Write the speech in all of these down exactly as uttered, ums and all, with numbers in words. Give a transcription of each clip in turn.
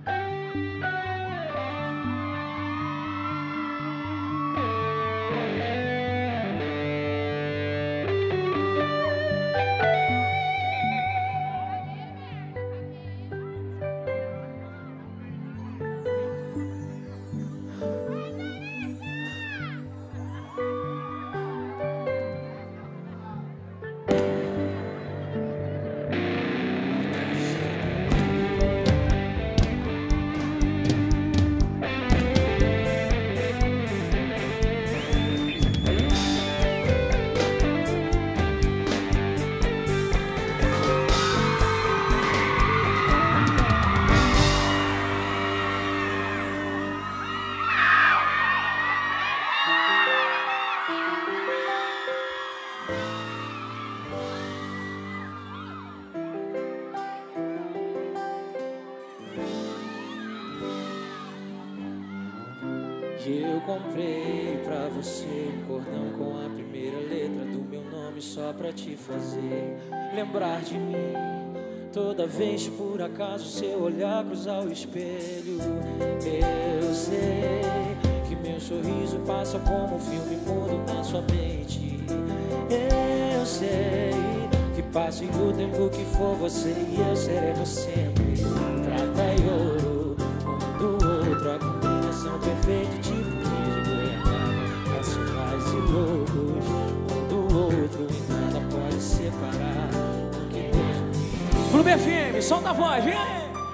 Eu comprei pra você um cordão com a primeira letra do meu nome, só pra te fazer lembrar de mim. Toda vez por acaso seu olhar cruzar o espelho, eu sei que meu sorriso passa como um filme mudo na sua mente. Eu sei que passe o tempo que for você e eu seremos sempre prata e ouro, um do outro, a combinação perfeita, tipo de goiabada, racionais e loucos, um do outro e nada pode separar o que Deus. Clube F M, solta a voz, vem!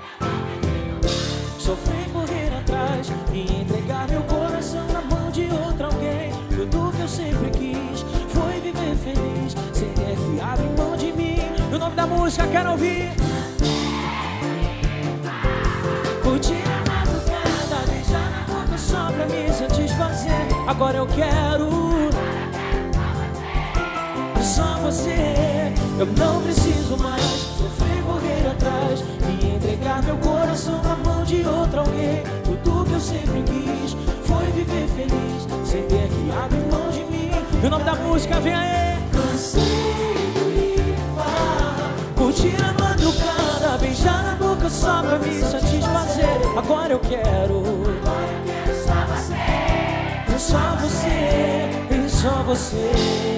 Sofri por ir atrás e entregar meu coração na mão de outro alguém. Tudo que eu sempre quis foi viver feliz, sem ter que abrir mão de mim. E o nome da música, quero ouvir. Curtir a madrugada, beijar na boca só pra me satisfazer. Agora eu quero só você. Eu não preciso mais sofrer, correr atrás e entregar meu coração na mão de outro alguém. Tudo que eu sempre quis foi viver feliz, sem ter que abrir mão de mim. E o nome da música, vem aí. Cansei de falar, curtir a madrugada, beijar na boca só pra me satisfazer. Agora eu quero, agora eu quero só você, só você, e só você.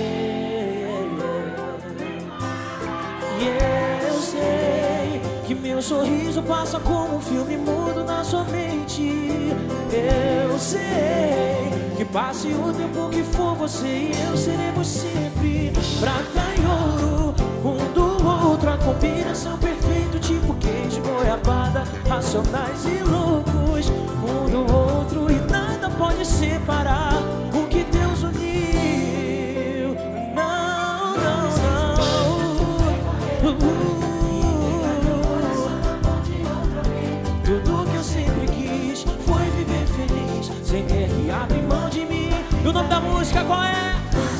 E eu sei que meu sorriso passa como um filme mudo na sua mente. Eu sei que passe o tempo que for, você e eu seremos sempre prata e ouro, um do outro, a combinação perfeita, tipo queijo, goiabada, racionais e loucos, um do outro e nada pode separar o que Deus uniu. Não, não, não. Tudo que eu sempre quis foi viver feliz, sem ter que abrir mão de mim. E o nome da música qual é?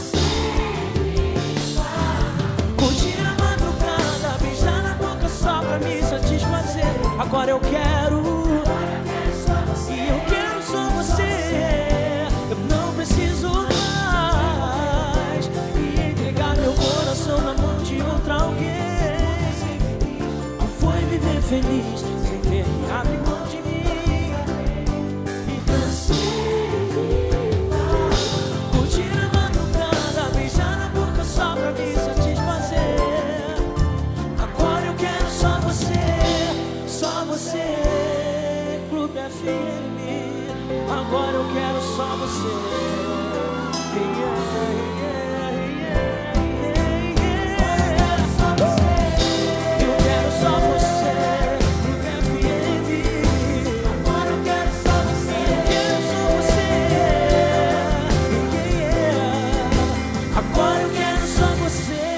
Curtir a madrugada, beijar na boca só pra me satisfazer. Agora eu quero, e eu quero só você. Eu não preciso mais e entregar meu coração na mão de outro alguém. Foi viver feliz, sem ter que abrir mão de mim. E cansei, curtir a madrugada, beijar na boca só pra me satisfazer. Agora eu quero só você, só você. Clube F M, agora eu quero só você. Yeah, yeah, yeah, yeah. Só você. Eu quero só você. Clube F M, agora eu quero só você. Eu quero só você. Yeah, yeah. Agora eu quero só você.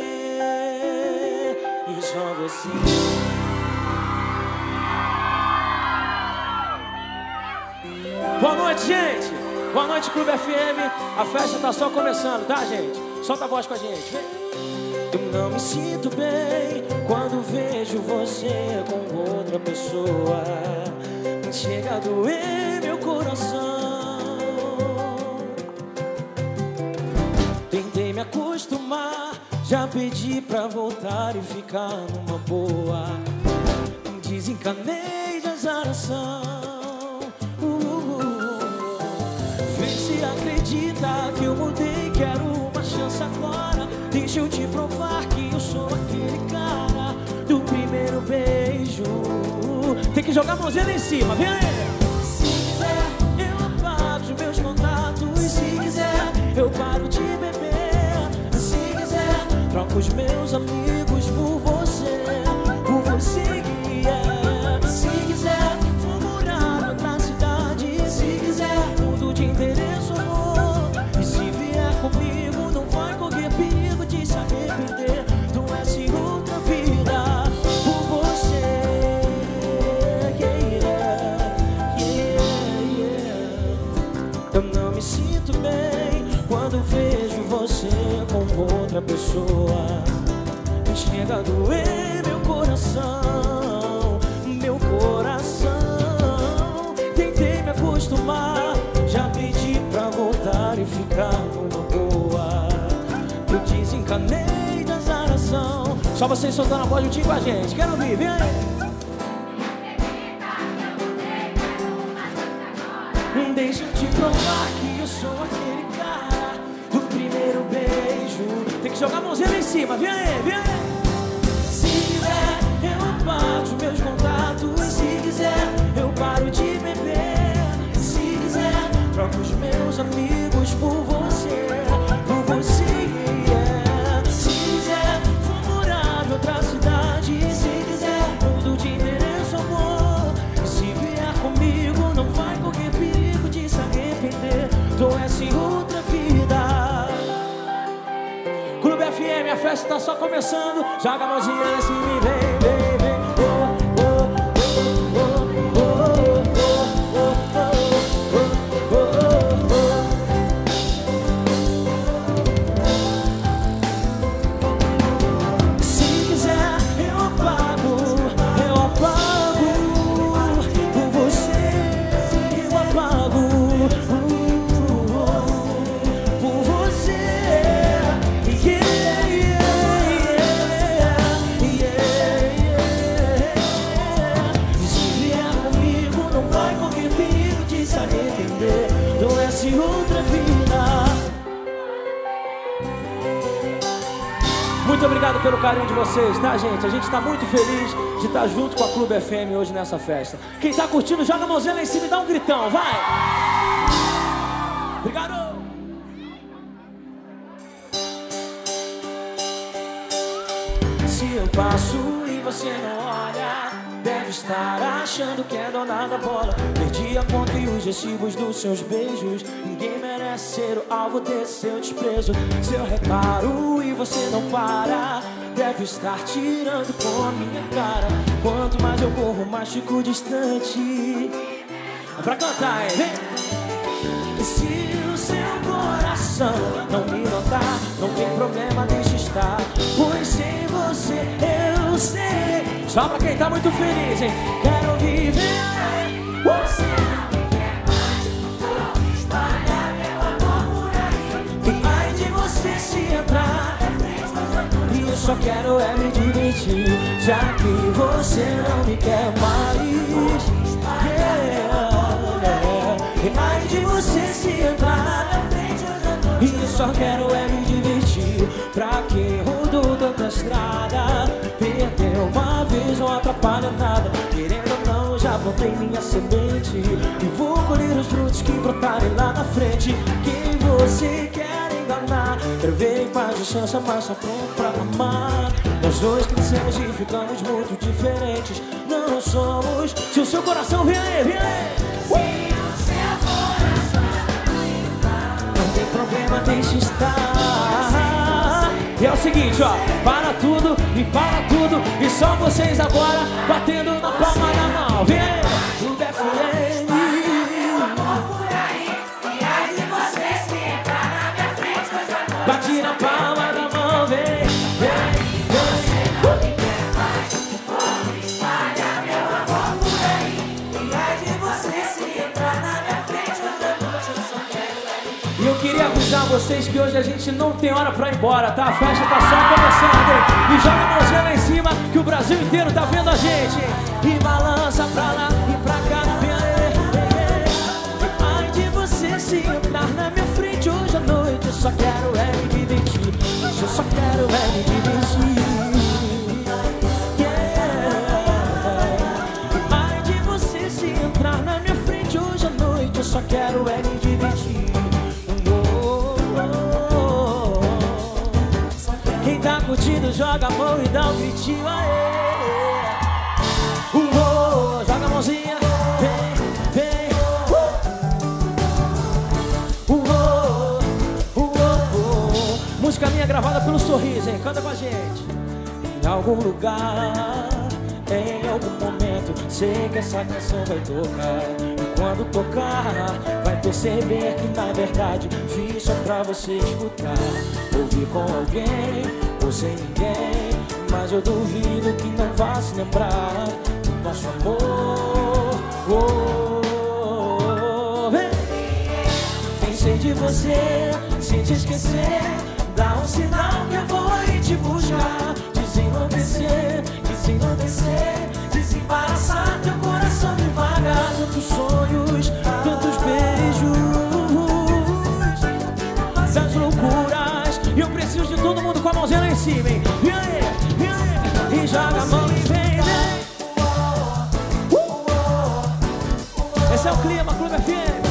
E só você. Boa noite, gente. Boa noite, Clube F M. A festa tá só começando, tá, gente? Solta a voz com a gente, vem. Eu não me sinto bem quando vejo você com outra pessoa. Chega a doer meu coração. Tentei me acostumar, já pedi pra voltar e ficar numa boa. Desencanei, já azaração. uh, uh, uh. Vê se acredita que eu mudei, quero uma chance agora. Deixa eu te provar que eu sou aquele cara do primeiro beijo. Tem que jogar a mãozinha lá em cima, vem aí. Se quiser, eu apago os meus contatos. Se quiser, eu paro de beber. Se quiser, troco os meus amigos por você, por você, yeah. Se quiser, vou morar em outra cidade. Se quiser, mudo de endereço, amor. E se vier comigo, não vai correr perigo de se arrepender. Tu és em outra vida por você, yeah, yeah, yeah. Eu não me sinto bem quando vejo você com outra pessoa. Me chega a doer meu coração, meu coração. Tentei me acostumar, já pedi pra voltar e ficar numa boa. Eu desencanei da azaração. Só vocês soltando a voz juntinho com a gente. Quero ouvir, vem aí. Deixa eu te provar que eu sou aquele cara do primeiro beijo. Tem que jogar a mãozinha lá em cima, vem aí, vem aí. Se quiser, eu apago os meus contatos. Se quiser, eu paro de beber. Se quiser, troco os meus amigos por você, por você, yeah. Se quiser, vou morar em outra cidade. Se quiser, mudo de endereço, amor. E se vier comigo, não vai correr perigo de se arrepender. Tô essa em outra vida. Clube F M, a festa tá só começando. Joga a mãozinha assim e vem, vem, vem. Oh, oh, oh, oh, oh, oh, oh, oh, oh. Se quiser, eu apago, eu apago por você, eu apago por você, yeah, yeah, yeah, yeah. E se vier comigo, não vai correr perigo de se arrepender. Não é se outra vida. Muito obrigado pelo carinho de vocês, tá, gente? A gente tá muito feliz de estar junto com a Clube F M hoje nessa festa. Quem tá curtindo, joga a mãozinha lá em cima e dá um gritão, vai! Obrigado! Se eu passo e você não olha, deve estar achando que é dona da bola. Perdi a conta e os recibos dos seus beijos. Ninguém merece ser o alvo desse seu desprezo. Se eu reparo e você não para, deve estar tirando com a minha cara. Quanto mais eu corro, mais fico distante. É pra cantar, hein? Vem! E se o seu coração não me notar, não tem problema, deixa estar. Pois sem você eu sei. Só pra quem tá muito feliz, hein? Quero viver. Você não quer mais, vou espalhar meu amor por aí. E mais de você se entrar, e eu só quero é me divertir. Já que você não me quer mais, yeah. E mais de você se entrar, e eu só quero é me divertir. Pra que rodou tanta estrada? Perdeu uma vez, não atrapalha nada. Querendo ou não, já plantei minha semente e vou colher os frutos que brotarem lá na frente. Quem você quer enganar? Quero ver mais de chance, mas só pronto pra amar. Nós dois crescemos e ficamos muito diferentes. Não somos. Se o seu coração vem aí, vem aí. Uh! Não tem problema, deixa estar. E é o seguinte, ó, para tudo e para tudo. E só vocês agora batendo na palma da mão. Vem aí, o F M. Bate na palma da mão, vem, vem, vem. E eu queria avisar vocês que hoje a gente não tem hora pra ir embora, tá? A festa tá só começando, hein? E joga a mãozinha lá em cima que o Brasil inteiro tá vendo a gente, hein? E balança pra lá, e dá um gritinho, aê. Uou, joga a mãozinha, vem, vem. Uh. Uou, uou, uou. Música minha gravada pelo Sorriso, hein? Canta com a gente. Em algum lugar, em algum momento, sei que essa canção vai tocar. E quando tocar, vai perceber que na verdade fiz só pra você escutar. Ouvir com alguém, ou sem ninguém, mas eu duvido que não vá se lembrar do nosso amor. Oh, oh, oh. Pensei de você, sem te esquecer. Dá um sinal que eu vou aí te buscar. Desenlouquecer, desenlouquecer, desembaraçar teu coração devagar. Tantos sonhos, tantos beijos, das loucuras. E eu preciso de todo mundo com a mãozinha lá em cima, hein? E aí, e aí, e joga a mão e vem, vem. Uh! Esse é o clima, Clube F M.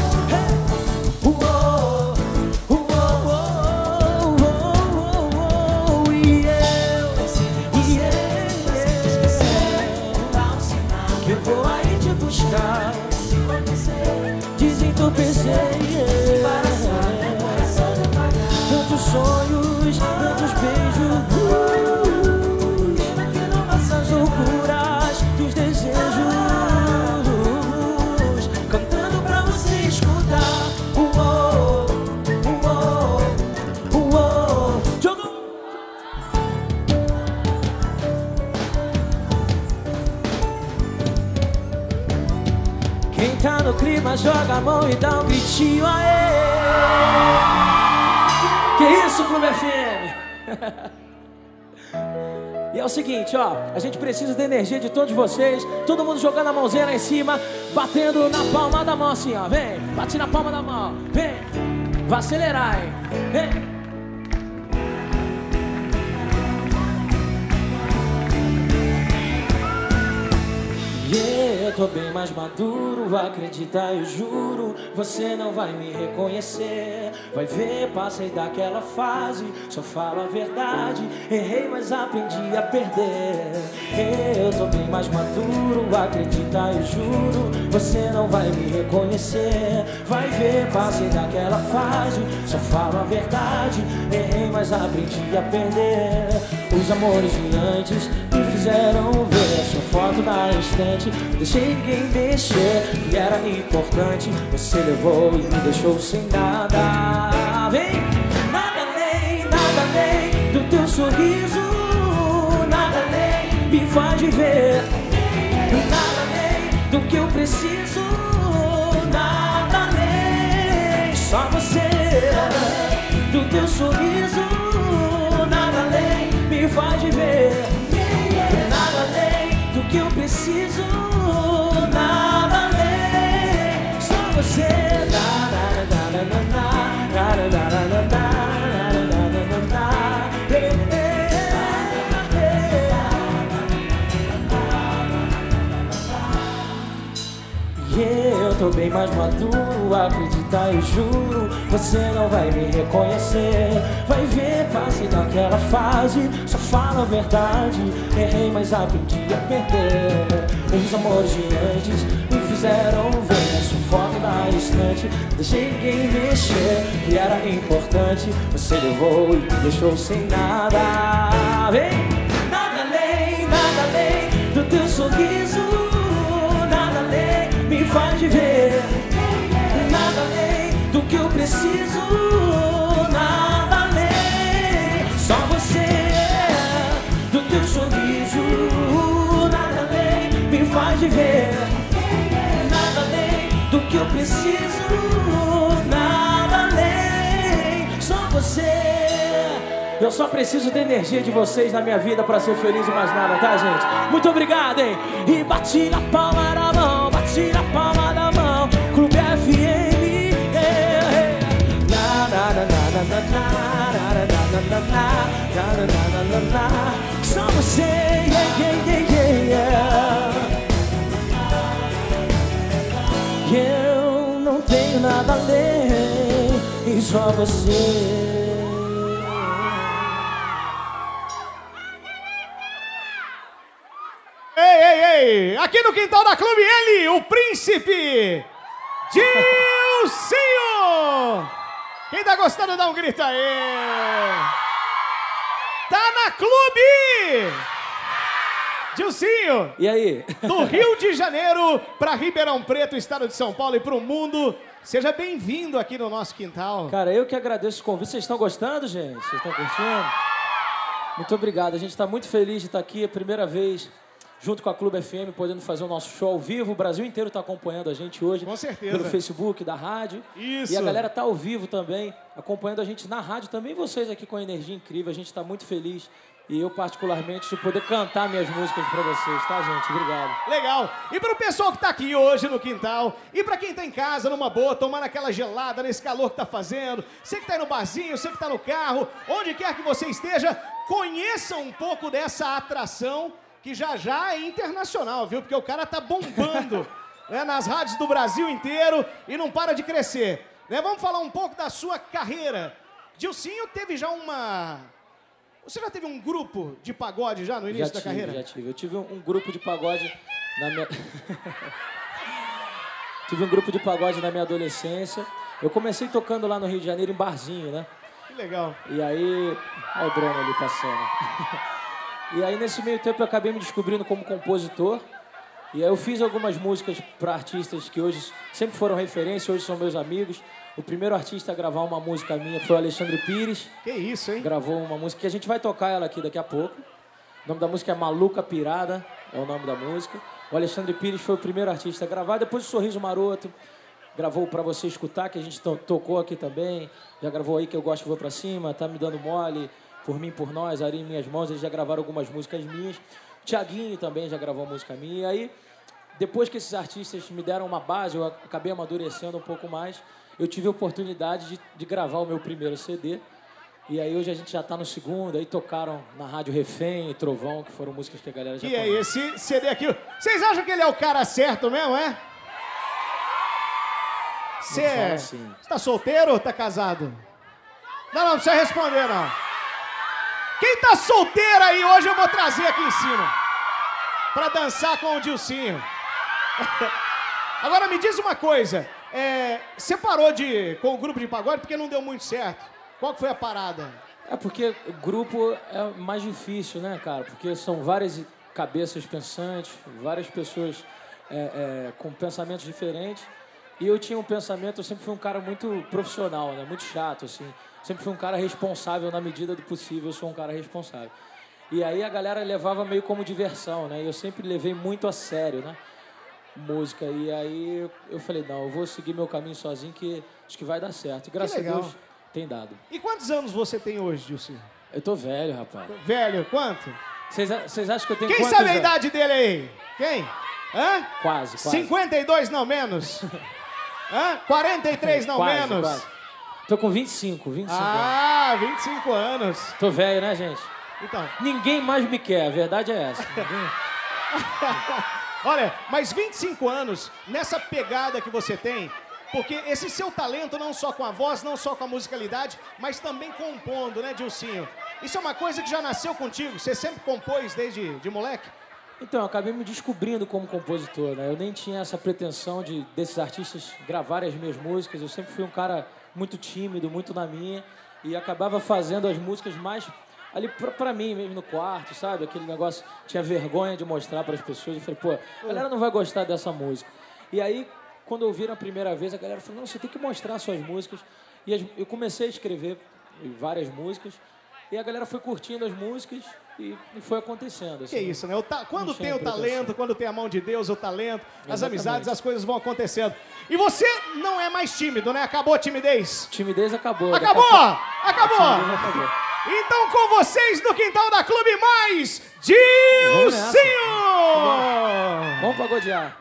Desentupecei, tantos sonhos, tantos beijos, das loucuras, dos desejos, cantando pra você escutar. Uou, uou, uou. Jogou. Quem tá no clima joga a mão e dá um gritinho, aê! Que isso, Clube F M? E é o seguinte, ó, a gente precisa da energia de todos vocês. Todo mundo jogando a mãozinha lá em cima, batendo na palma da mão assim, ó. Vem, bate na palma da mão, vem. Vai acelerar, hein? Vem. Yeah, eu tô bem mais maduro, acredita, eu juro. Você não vai me reconhecer. Vai ver, passei daquela fase, só falo a verdade. Errei, mas aprendi a perder. Yeah, eu tô bem mais maduro, acredita, eu juro. Você não vai me reconhecer. Vai ver, passei daquela fase, só falo a verdade. Errei, mas aprendi a perder. Os amores de antes me fizeram ver a sua foto na estante. Deixei ninguém mexer, que era importante. Você levou e me deixou sem nada. Vem, nada além, nada além do teu sorriso. Nada além me faz viver. Nada além do que eu preciso. Nada além, só você. Do teu sorriso. Nada além me faz viver. Nada além do que eu preciso. Nada além, só você. Yeah, eu tô bem mais maduro, acredita, eu juro. Você não vai me reconhecer. Vai ver, passei daquela fase, só falo a verdade. Errei, mas aprendi a perder. Os amores de antes me fizeram ver a sua foto na estante. Deixei ninguém mexer, que era importante. Você levou e me deixou sem nada. Vem, nada além, nada além do teu sorriso. Nada além me faz viver. Nada além do que eu preciso. Nada além, só você. Do teu sorriso. Nada além me faz viver. Nada além do que eu preciso. Nada além, só você. Eu só preciso da energia de vocês na minha vida pra ser feliz e mais nada, tá, gente? Muito obrigado, hein? E bati na palma da mão, bati na palma da mão. Clube F M. Na na na na na na na na na na na. Só você, yeah, yeah, yeah, yeah. Eu não tenho nada além, e só você. Aqui no quintal da Clube, ele, o príncipe Dilcinho! Quem tá gostando, dá um grito aí! Tá na Clube! Dilcinho! E aí? Do Rio de Janeiro para Ribeirão Preto, estado de São Paulo e pro mundo. Seja bem-vindo aqui no nosso quintal. Cara, eu que agradeço o convite. Vocês estão gostando, gente? Vocês estão curtindo? Muito obrigado. A gente está muito feliz de estar aqui. É a primeira vez, junto com a Clube F M, podendo fazer o nosso show ao vivo. O Brasil inteiro está acompanhando a gente hoje. Com certeza. Pelo Facebook, da rádio. Isso. E a galera está ao vivo também, acompanhando a gente na rádio. Também vocês aqui com a energia incrível. A gente está muito feliz. E eu, particularmente, de poder cantar minhas músicas pra vocês, tá, gente? Obrigado. Legal. E pro pessoal que tá aqui hoje no quintal, e pra quem tá em casa, numa boa, tomando aquela gelada nesse calor que tá fazendo, você que tá aí no barzinho, você que tá no carro, onde quer que você esteja, conheça um pouco dessa atração, que já já é internacional, viu? Porque o cara tá bombando né, nas rádios do Brasil inteiro e não para de crescer. Né? Vamos falar um pouco da sua carreira. Dilcinho teve já uma... Você já teve um grupo de pagode já no início já da tive, carreira? Já tive. Eu tive um, um grupo de pagode na minha... tive um grupo de pagode na minha adolescência. Eu comecei tocando lá no Rio de Janeiro, em barzinho, né? Que legal. E aí... Olha o drone ali passando. E aí, nesse meio tempo, eu acabei me descobrindo como compositor. E aí eu fiz algumas músicas para artistas que hoje sempre foram referência, hoje são meus amigos. O primeiro artista a gravar uma música minha foi o Alexandre Pires. Que isso, hein? Gravou uma música que a gente vai tocar ela aqui daqui a pouco. O nome da música é Maluca Pirada, é o nome da música. O Alexandre Pires foi o primeiro artista a gravar. Depois o Sorriso Maroto gravou Pra Você Escutar, que a gente to tocou aqui também. Já gravou Aí Que Eu Gosto e Vou Pra Cima, Tá Me Dando Mole, Por Mim, Por Nós, Ari em Minhas Mãos. Eles já gravaram algumas músicas minhas. O Thiaguinho também já gravou música minha. E aí, depois que esses artistas me deram uma base, eu acabei amadurecendo um pouco mais. Eu tive a oportunidade de, de gravar o meu primeiro C D. E aí hoje a gente já está no segundo. Aí tocaram na Rádio Refém e Trovão, que foram músicas que a galera já E conhece. aí, esse C D aqui... Vocês acham que ele é o cara certo mesmo, é? Você é... assim. tá solteiro ou tá casado? Não, não, não precisa responder, não. Quem tá solteiro aí hoje eu vou trazer aqui em cima. Pra dançar com o Dilcinho. Agora me diz uma coisa. É, você parou de, com o grupo de pagode porque não deu muito certo. Qual que foi a parada? É porque o grupo é mais difícil, né, cara? Porque são várias cabeças pensantes, várias pessoas é, é, com pensamentos diferentes. E eu tinha um pensamento, eu sempre fui um cara muito profissional, né? Muito chato, assim. Sempre fui um cara responsável na medida do possível, eu sou um cara responsável. E aí a galera levava meio como diversão, né? E eu sempre levei muito a sério, né? Música. E aí eu falei, não, eu vou seguir meu caminho sozinho que acho que vai dar certo. E graças a Deus tem dado. E quantos anos você tem hoje, Dilcinho? Eu tô velho, rapaz. Velho, quanto? Vocês acham que eu tenho Quem quantos sabe a anos? idade dele aí? Quem? Hã? Quase, quase. cinquenta e dois, não menos? Hã? quarenta e três, não quase, menos? Quase. Tô com vinte e cinco, vinte e cinco Ah, anos. vinte e cinco anos. Tô velho, né, gente? Então. Ninguém mais me quer, a verdade é essa. Ninguém... Olha, mas vinte e cinco anos, nessa pegada que você tem, porque esse seu talento, não só com a voz, não só com a musicalidade, mas também compondo, né, Dilcinho? Isso é uma coisa que já nasceu contigo? Você sempre compôs desde de moleque? Então, eu acabei me descobrindo como compositor, né? Eu nem tinha essa pretensão de desses artistas gravarem as minhas músicas. Eu sempre fui um cara muito tímido, muito na minha, e acabava fazendo as músicas mais ali pra, pra mim mesmo no quarto, sabe? Aquele negócio, tinha vergonha de mostrar para as pessoas. Eu falei, pô, a galera não vai gostar dessa música. E aí, quando ouviram a primeira vez, a galera falou, não, você tem que mostrar suas músicas. E as, eu comecei a escrever várias músicas, e a galera foi curtindo as músicas e, e foi acontecendo. Assim, que isso, né? O ta... Quando tem o pretensão. talento, quando tem a mão de Deus, o talento, as Exatamente. amizades, as coisas vão acontecendo. E você não é mais tímido, né? Acabou a timidez? Timidez acabou. Acabou! Acabou! A timidez acabou. Então com vocês no quintal da Clube Mais, Dilcinho! Vamos, Vamos pagodear.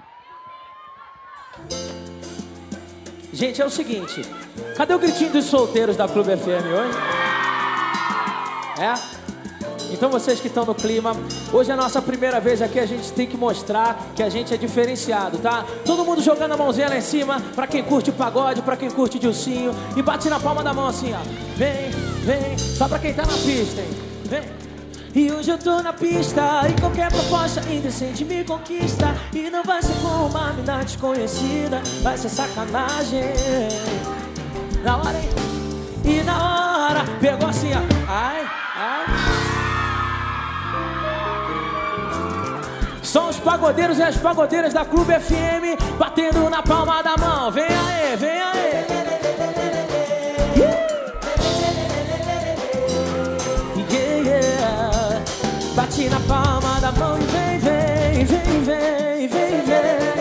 Gente, é o seguinte, cadê o gritinho dos solteiros da Clube F M hoje? É? Então vocês que estão no clima, hoje é a nossa primeira vez aqui, a gente tem que mostrar que a gente é diferenciado, tá? Todo mundo jogando a mãozinha lá em cima, pra quem curte pagode, pra quem curte Dilcinho, e bate na palma da mão assim, ó. Vem, vem, só pra quem tá na pista, hein? Vem. E hoje eu tô na pista e qualquer proposta indecente me conquista. E não vai ser com uma mina desconhecida, vai ser sacanagem. Na hora, hein? E na hora, pegou assim, ó. Ai, ai. São os pagodeiros e as pagodeiras da Clube F M batendo na palma da mão. Vem aí, vem aí. Yeah, yeah. Bate na palma da mão e vem, vem, vem, vem, vem, vem.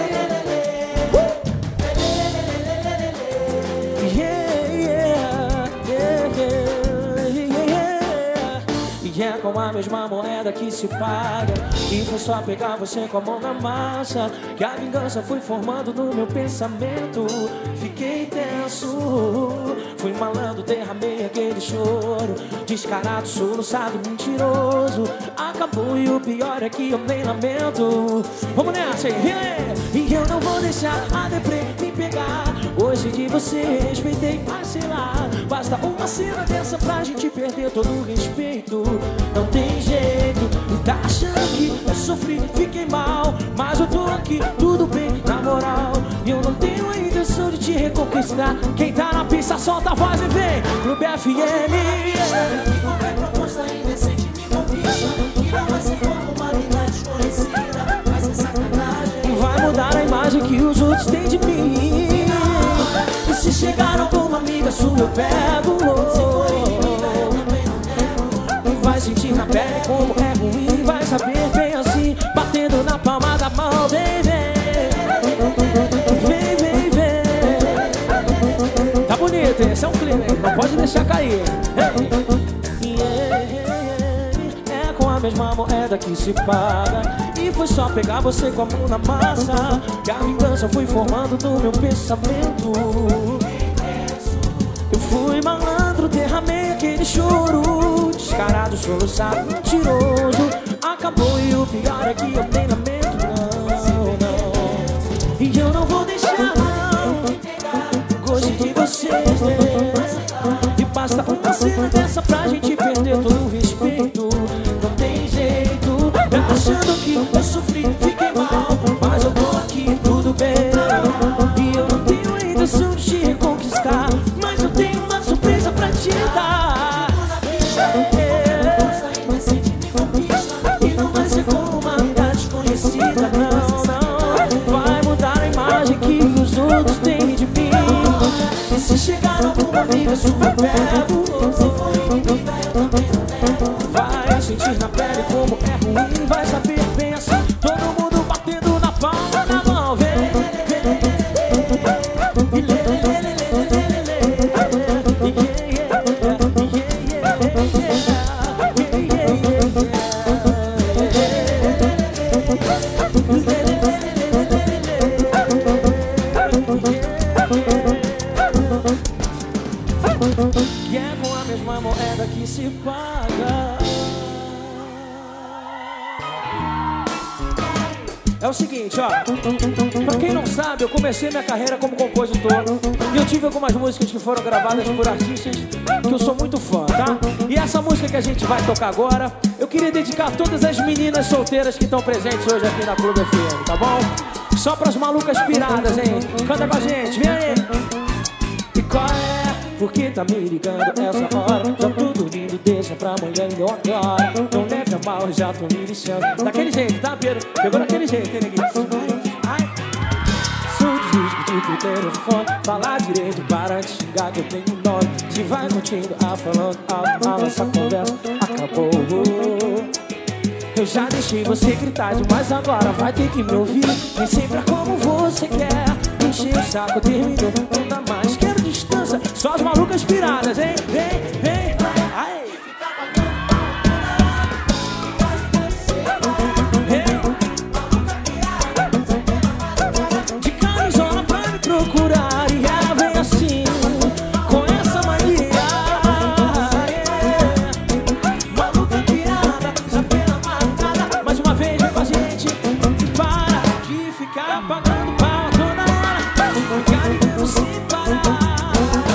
E é com a mesma moeda que se paga. E foi só pegar você com a mão na massa que a vingança foi formando no meu pensamento. Fiquei tenso, fui malandro, derramei aquele choro. Descarado, soluçado, mentiroso. Acabou e o pior é que eu nem lamento. Vamos nessa, hein? E eu não vou deixar a deprê me pegar. Hoje de você respeitei, mas sei lá, basta uma cena dessa pra gente perder todo o respeito. Não tem jeito, tá achando que eu sofri, fiquei mal, mas eu tô aqui, tudo bem, na moral. E eu não tenho a intenção de te reconquistar. Quem tá na pista solta a voz e vem Clube F M. E qualquer proposta indecente me conquista. E não vai ser como uma mina desconhecida, vai ser sacanagem. Vai mudar a imagem que os outros têm de mim. E se chegar alguma amiga sua eu pego. Vai sentir na pele como é ruim, vai saber bem assim, batendo na palma da mão. Vem, vem, vem, vem, vem. Tá bonito, esse é um clima, hein? Não pode deixar cair. É com a mesma moeda que se paga. E foi só pegar você com a mão na massa que a vingança foi formando no meu pensamento. Eu fui malandro, derramei aquele choro. Descarado, soluçado, mentiroso. Acabou e o pior é que eu nem lamento, não, não. E eu não vou deixar, não, gosto de vocês, né? E basta uma cena dessa pra gente perder todo o respeito. Não tem jeito, tá achando que eu sofri, fiquei mal, mas eu tô aqui, tudo bem. E eu não tenho a intenção de te reconquistar, mas eu tenho uma surpresa pra te dar. E não vai ser como uma mina desconhecida, não, não. Vai mudar a imagem que os outros têm de mim. E se chegar alguma amiga super perto, vai sentir na pele como é ruim, vai saber bem assim. Todo mundo batendo na palma da mão. Vem, vem, que é com a mesma moeda que se paga. É o seguinte, ó. Pra quem não sabe, eu comecei minha carreira como compositor. E eu tive algumas músicas que foram gravadas por artistas que eu sou muito fã, tá? E essa música que a gente vai tocar agora, eu queria dedicar a todas as meninas solteiras que estão presentes hoje aqui na Clube F M, tá bom? Só pras malucas piradas, hein? Canta com a gente, vem aí! E qual é? Por que tá me ligando essa hora? Já tudo lindo, deixa pra amanhã e não agora. Não leve a mal, já tô me lixando. Daquele jeito, tá, Pedro? Pegou daquele jeito, hein, neguinho? Ai, sou desligo pro telefone. Falar direito para te xingar que eu tenho nome. Se vai curtindo, a falando alto, a nossa conversa acabou. Eu já deixei você gritar demais, agora vai ter que me ouvir. Nem sempre é como você quer. Encher o saco, terminou, não dá mais. Quero distância, só as malucas piradas, hein? Vem, vem, ai. De camisola vai me procurar e ela vem assim, com essa mania. Maluca pirada, já pela madrugada. Mais uma vez vem com a gente e para de ficar pagando pau toda hora. Ficar ligando sem parar.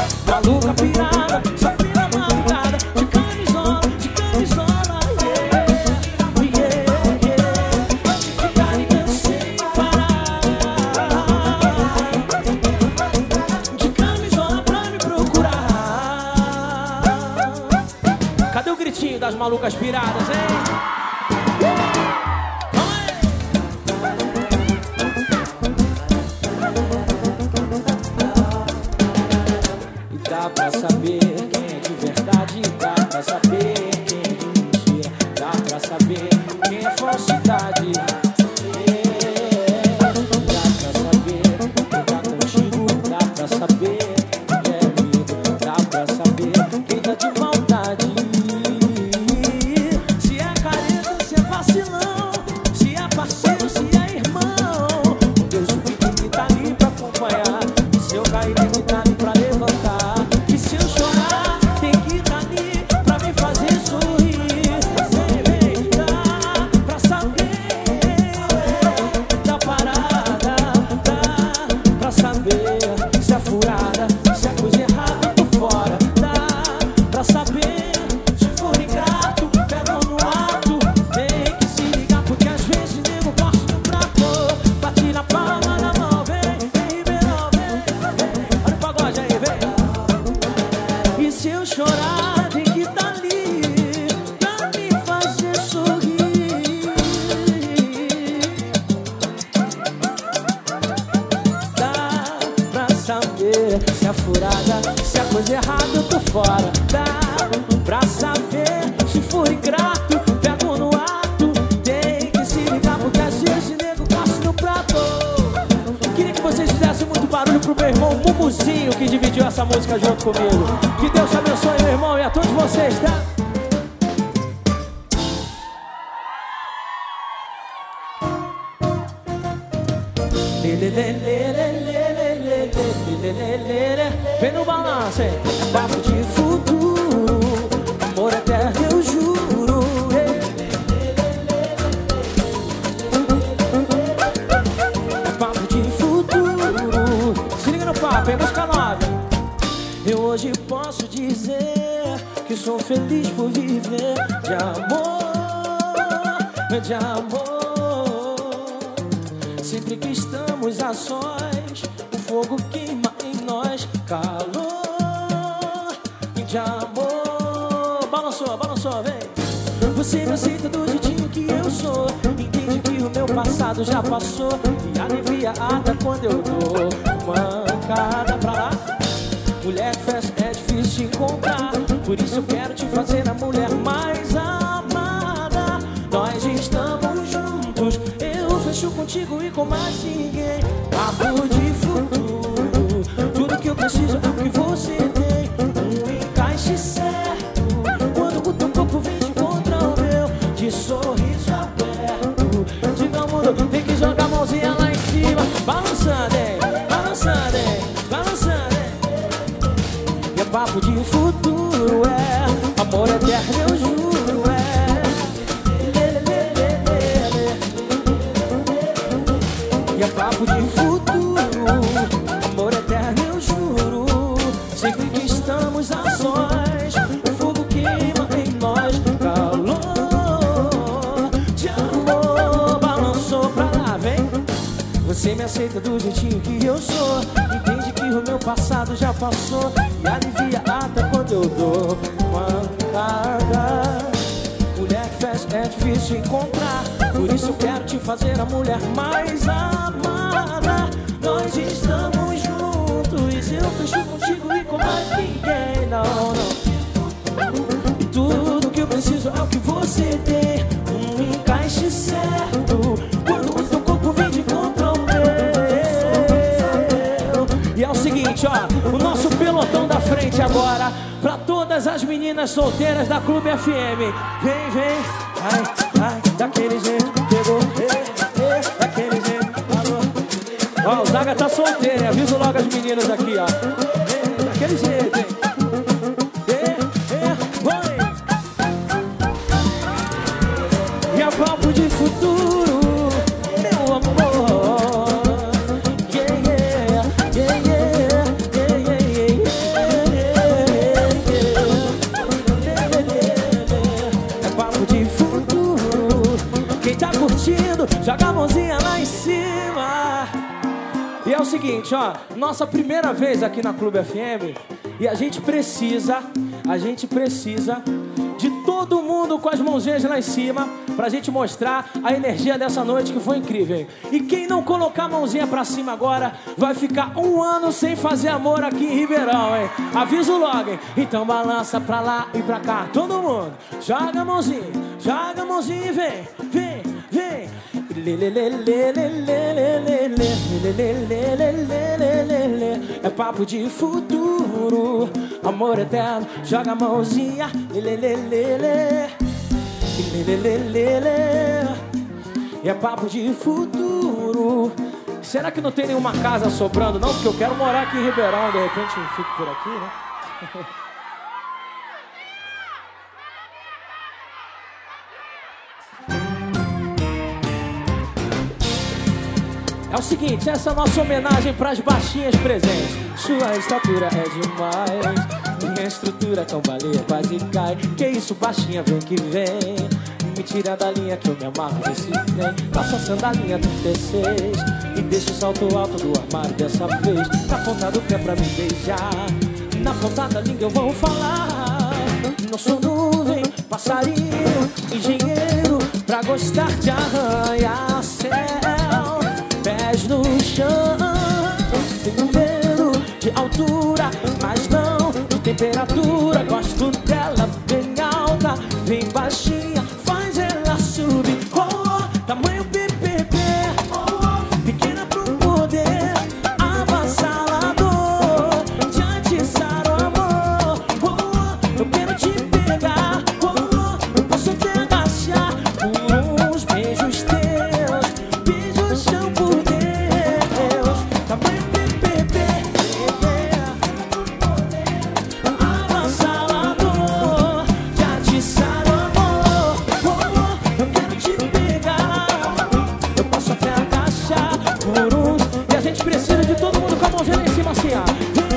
Maluca pirada, só pela madrugada. De camisola, de camisola, yeah. malucas piradas, hein? E dá pra saber quem é de verdade, dá pra saber quem é de mentira, dá pra saber quem é falsidade. Se a furada, se a coisa errada, eu tô fora. Dá pra saber se for ingrato, pego no ato. Tem que se ligar porque às vezes nego passa no prato. Queria que vocês fizessem muito barulho pro meu irmão Mumuzinho, que dividiu essa música junto comigo. Que Deus te abençoe, meu irmão, e a todos vocês, tá? Vem no balanço, hein? Papo de futuro, amor eterno, eu juro. Papo de futuro, se liga no papo, hein? Música nova. Eu hoje posso dizer que sou feliz por viver de amor, de amor. Sempre que estamos a sós, o fogo queima em nós, calor de amor. Balançou, balançou, vem. Você me aceita do jeitinho que eu sou, entende que o meu passado já passou e alivia até quando eu dou mancada pra lá. Mulher que faz é difícil de encontrar, por isso eu quero te fazer a mulher mais amada. Nós estamos juntos, eu fecho contigo e com mais ninguém. Papo de futuro, tudo que eu preciso é o que você tem. Um encaixe certo, quando o teu corpo vem de contra o meu, de sorriso aberto. Diga ao mundo, tem que jogar a mãozinha lá em cima, balançando, hein, balançando, hein, balançando, hein. E é papo de futuro, é amor eterno, eu juro, é. E é papo de futuro, amor eterno, eu juro. Sempre que estamos a sós, o fogo queima em nós, calor de amor. Balançou pra lá, vem. Você me aceita do jeitinho que eu sou, entende que o meu passado já passou e alivia até quando eu dou mancada. Mulher que faz é difícil encontrar, por isso eu quero te fazer a mulher mais amada. Nós estamos juntos, eu fecho contigo e com mais ninguém. Não, não. E tudo que eu preciso é o que você tem. Um encaixe certo, quando o teu corpo vem de contra o meu. E é o seguinte, ó, o nosso pelotão da frente agora, pra todas as meninas solteiras da Clube F M. Vem, vem, ai, ai, daquele jeito, pegou, ei, ei, daquele jeito, falou. Ó, o Zaga tá solteiro, hein? Aviso logo as meninas aqui, ó. Ei, daquele jeito, hein? Ei, ei, vai. E é papo de futuro, meu amor. Yeah, yeah, yeah, yeah, yeah, yeah, yeah. É papo de futuro. Quem tá curtindo, joga a mãozinha lá em cima. E é o seguinte, ó, nossa primeira vez aqui na Clube F M e a gente precisa, a gente precisa de todo Todo mundo com as mãozinhas lá em cima, pra gente mostrar a energia dessa noite que foi incrível, hein? E quem não colocar a mãozinha pra cima agora, vai ficar um ano sem fazer amor aqui em Ribeirão, hein? Aviso logo, hein? Então balança pra lá e pra cá, todo mundo. Joga a mãozinha, joga a mãozinha e vem, vem, vem. É papo de futuro, amor eterno. Joga a mãozinha. É papo de futuro. Será que não tem nenhuma casa sobrando não? Porque eu quero morar aqui em Ribeirão. De repente eu fico por aqui, né? É o seguinte, essa é a nossa homenagem pras baixinhas presentes. Sua estatura é demais, minha estrutura cambaleia quase cai. Que isso, baixinha, vem que vem. Me tira da linha que eu me amarro nesse trem. Passa a sandalinha trinta e seis e deixa o salto alto do armário dessa vez. Na ponta do pé pra me beijar, na ponta da língua eu vou falar. Não sou nuvem, passarinho, engenheiro, pra gostar de arranhar céu. Pés no chão, tenho medo de altura, mas não de temperatura. Gosto dela bem alta, bem baixinha, faz ela subir. Oh, oh, tamanho P P P, oh, oh, pequena pro poder avassalador, te atiçar o amor. Oh, oh, eu quero te pegar, oh, oh, eu posso te agachar por uns beijos teus, beijos chão por Deus. Tamanho P P P, avassalador, te atiçar o amor. Oh, oh, eu quero te pegar, eu posso até agachar por uns. E a gente precisa de todo mundo com a mãozinha lá em cima assim, ó.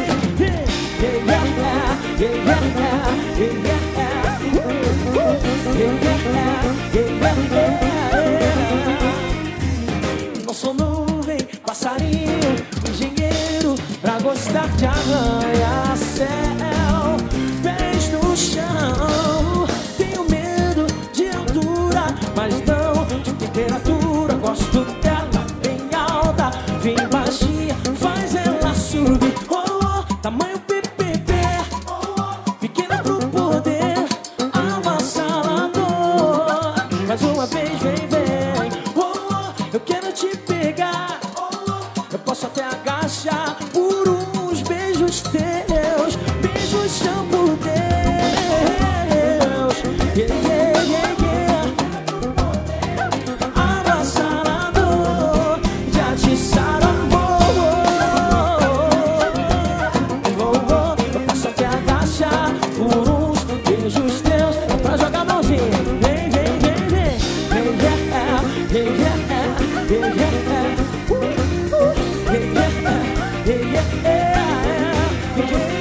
Não sou nuvem, passarinho, engenheiro, pra gostar de arranhar céu. Pés no chão, tenho medo de altura, mas não de temperatura. Gosto dela bem alta, bem baixinha, faz ela subir. Oh, oh, tamanho P P P, oh, oh, pequena pro poder avassalador. Mais uma vez, vem, vem. Oh, oh, eu quero te pegar, oh, oh, eu posso até agachar por uns beijos teus, beijos são por Deus. Yeah, yeah, yeah, yeah. Avassalador, de atiçar o amor. Oh, oh, eu posso até agachar por uns beijos teus. É pra jogar a mãozinha. Vem, vem, vem, vem. Vem, yeah, yeah, yeah, yeah, yeah. Uh, uh, yeah, yeah, yeah, yeah, yeah, yeah.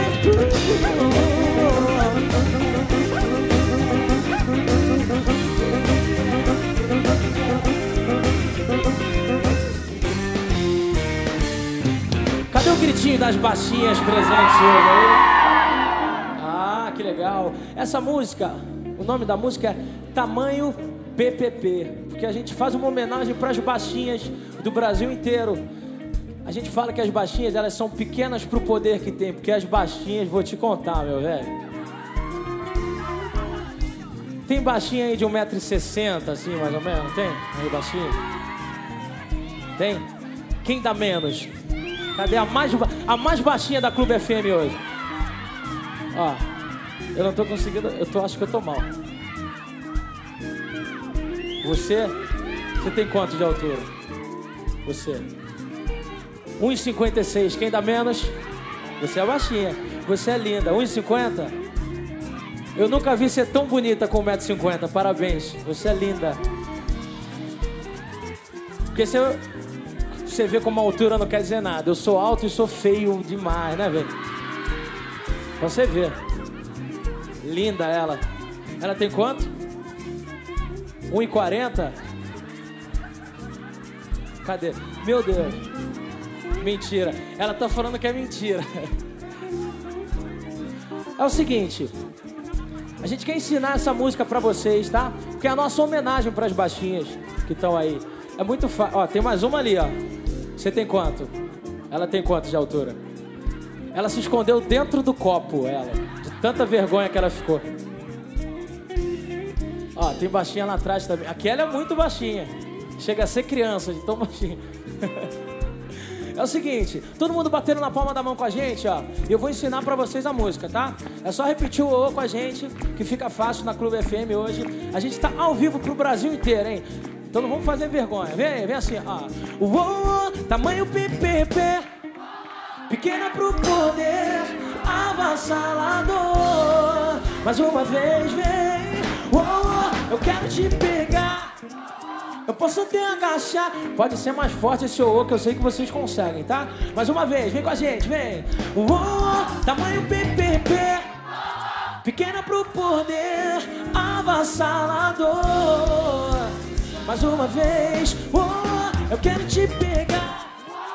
Cadê o gritinho das baixinhas presentes hoje aí? Ah, que legal. Essa música, o nome da música é Tamanho P P P, porque a gente faz uma homenagem para as baixinhas do Brasil inteiro. A gente fala que as baixinhas, elas são pequenas pro poder que tem, porque as baixinhas, vou te contar, meu velho. Tem baixinha aí de um metro e sessenta, assim, mais ou menos, tem? Aí, baixinha? Tem? Quem dá menos? Cadê a mais, ba- a mais baixinha da Clube F M hoje? Ó, eu não tô conseguindo, eu tô, acho que eu tô mal. Você? Você tem quanto de altura? Você? um e cinquenta e seis, quem dá menos? Você é baixinha. Você é linda, um e cinquenta? Eu nunca vi ser tão bonita com um metro e cinquenta, parabéns. Você é linda. Porque você, você vê como a altura não quer dizer nada. Eu sou alto e sou feio demais, né, velho? Você vê. Linda ela. Ela tem quanto? um e quarenta? Cadê? Meu Deus. Mentira. Ela tá falando que é mentira. É o seguinte. A gente quer ensinar essa música pra vocês, tá? Porque é a nossa homenagem pras baixinhas que estão aí. É muito fácil. Ó, tem mais uma ali, ó. Você tem quanto? Ela tem quanto de altura? Ela se escondeu dentro do copo, ela. De tanta vergonha que ela ficou. Ó, tem baixinha lá atrás também. Aquela é muito baixinha. Chega a ser criança de tão baixinha. É o seguinte, todo mundo batendo na palma da mão com a gente, ó. E eu vou ensinar pra vocês a música, tá? É só repetir o ô com a gente, que fica fácil na Clube F M hoje. A gente tá ao vivo pro Brasil inteiro, hein? Então não vamos fazer vergonha. Vem, vem assim, ó. Uou, tamanho P P P, pequena pro poder avassalador. Mais uma vez, vem. Uou, eu quero te pegar. Eu posso até agachar. Pode ser mais forte esse ô que eu sei que vocês conseguem, tá? Mais uma vez, vem com a gente, vem. Uou, tamanho P P P, pequena pro poder avassalador. Mais uma vez, uou, eu quero te pegar.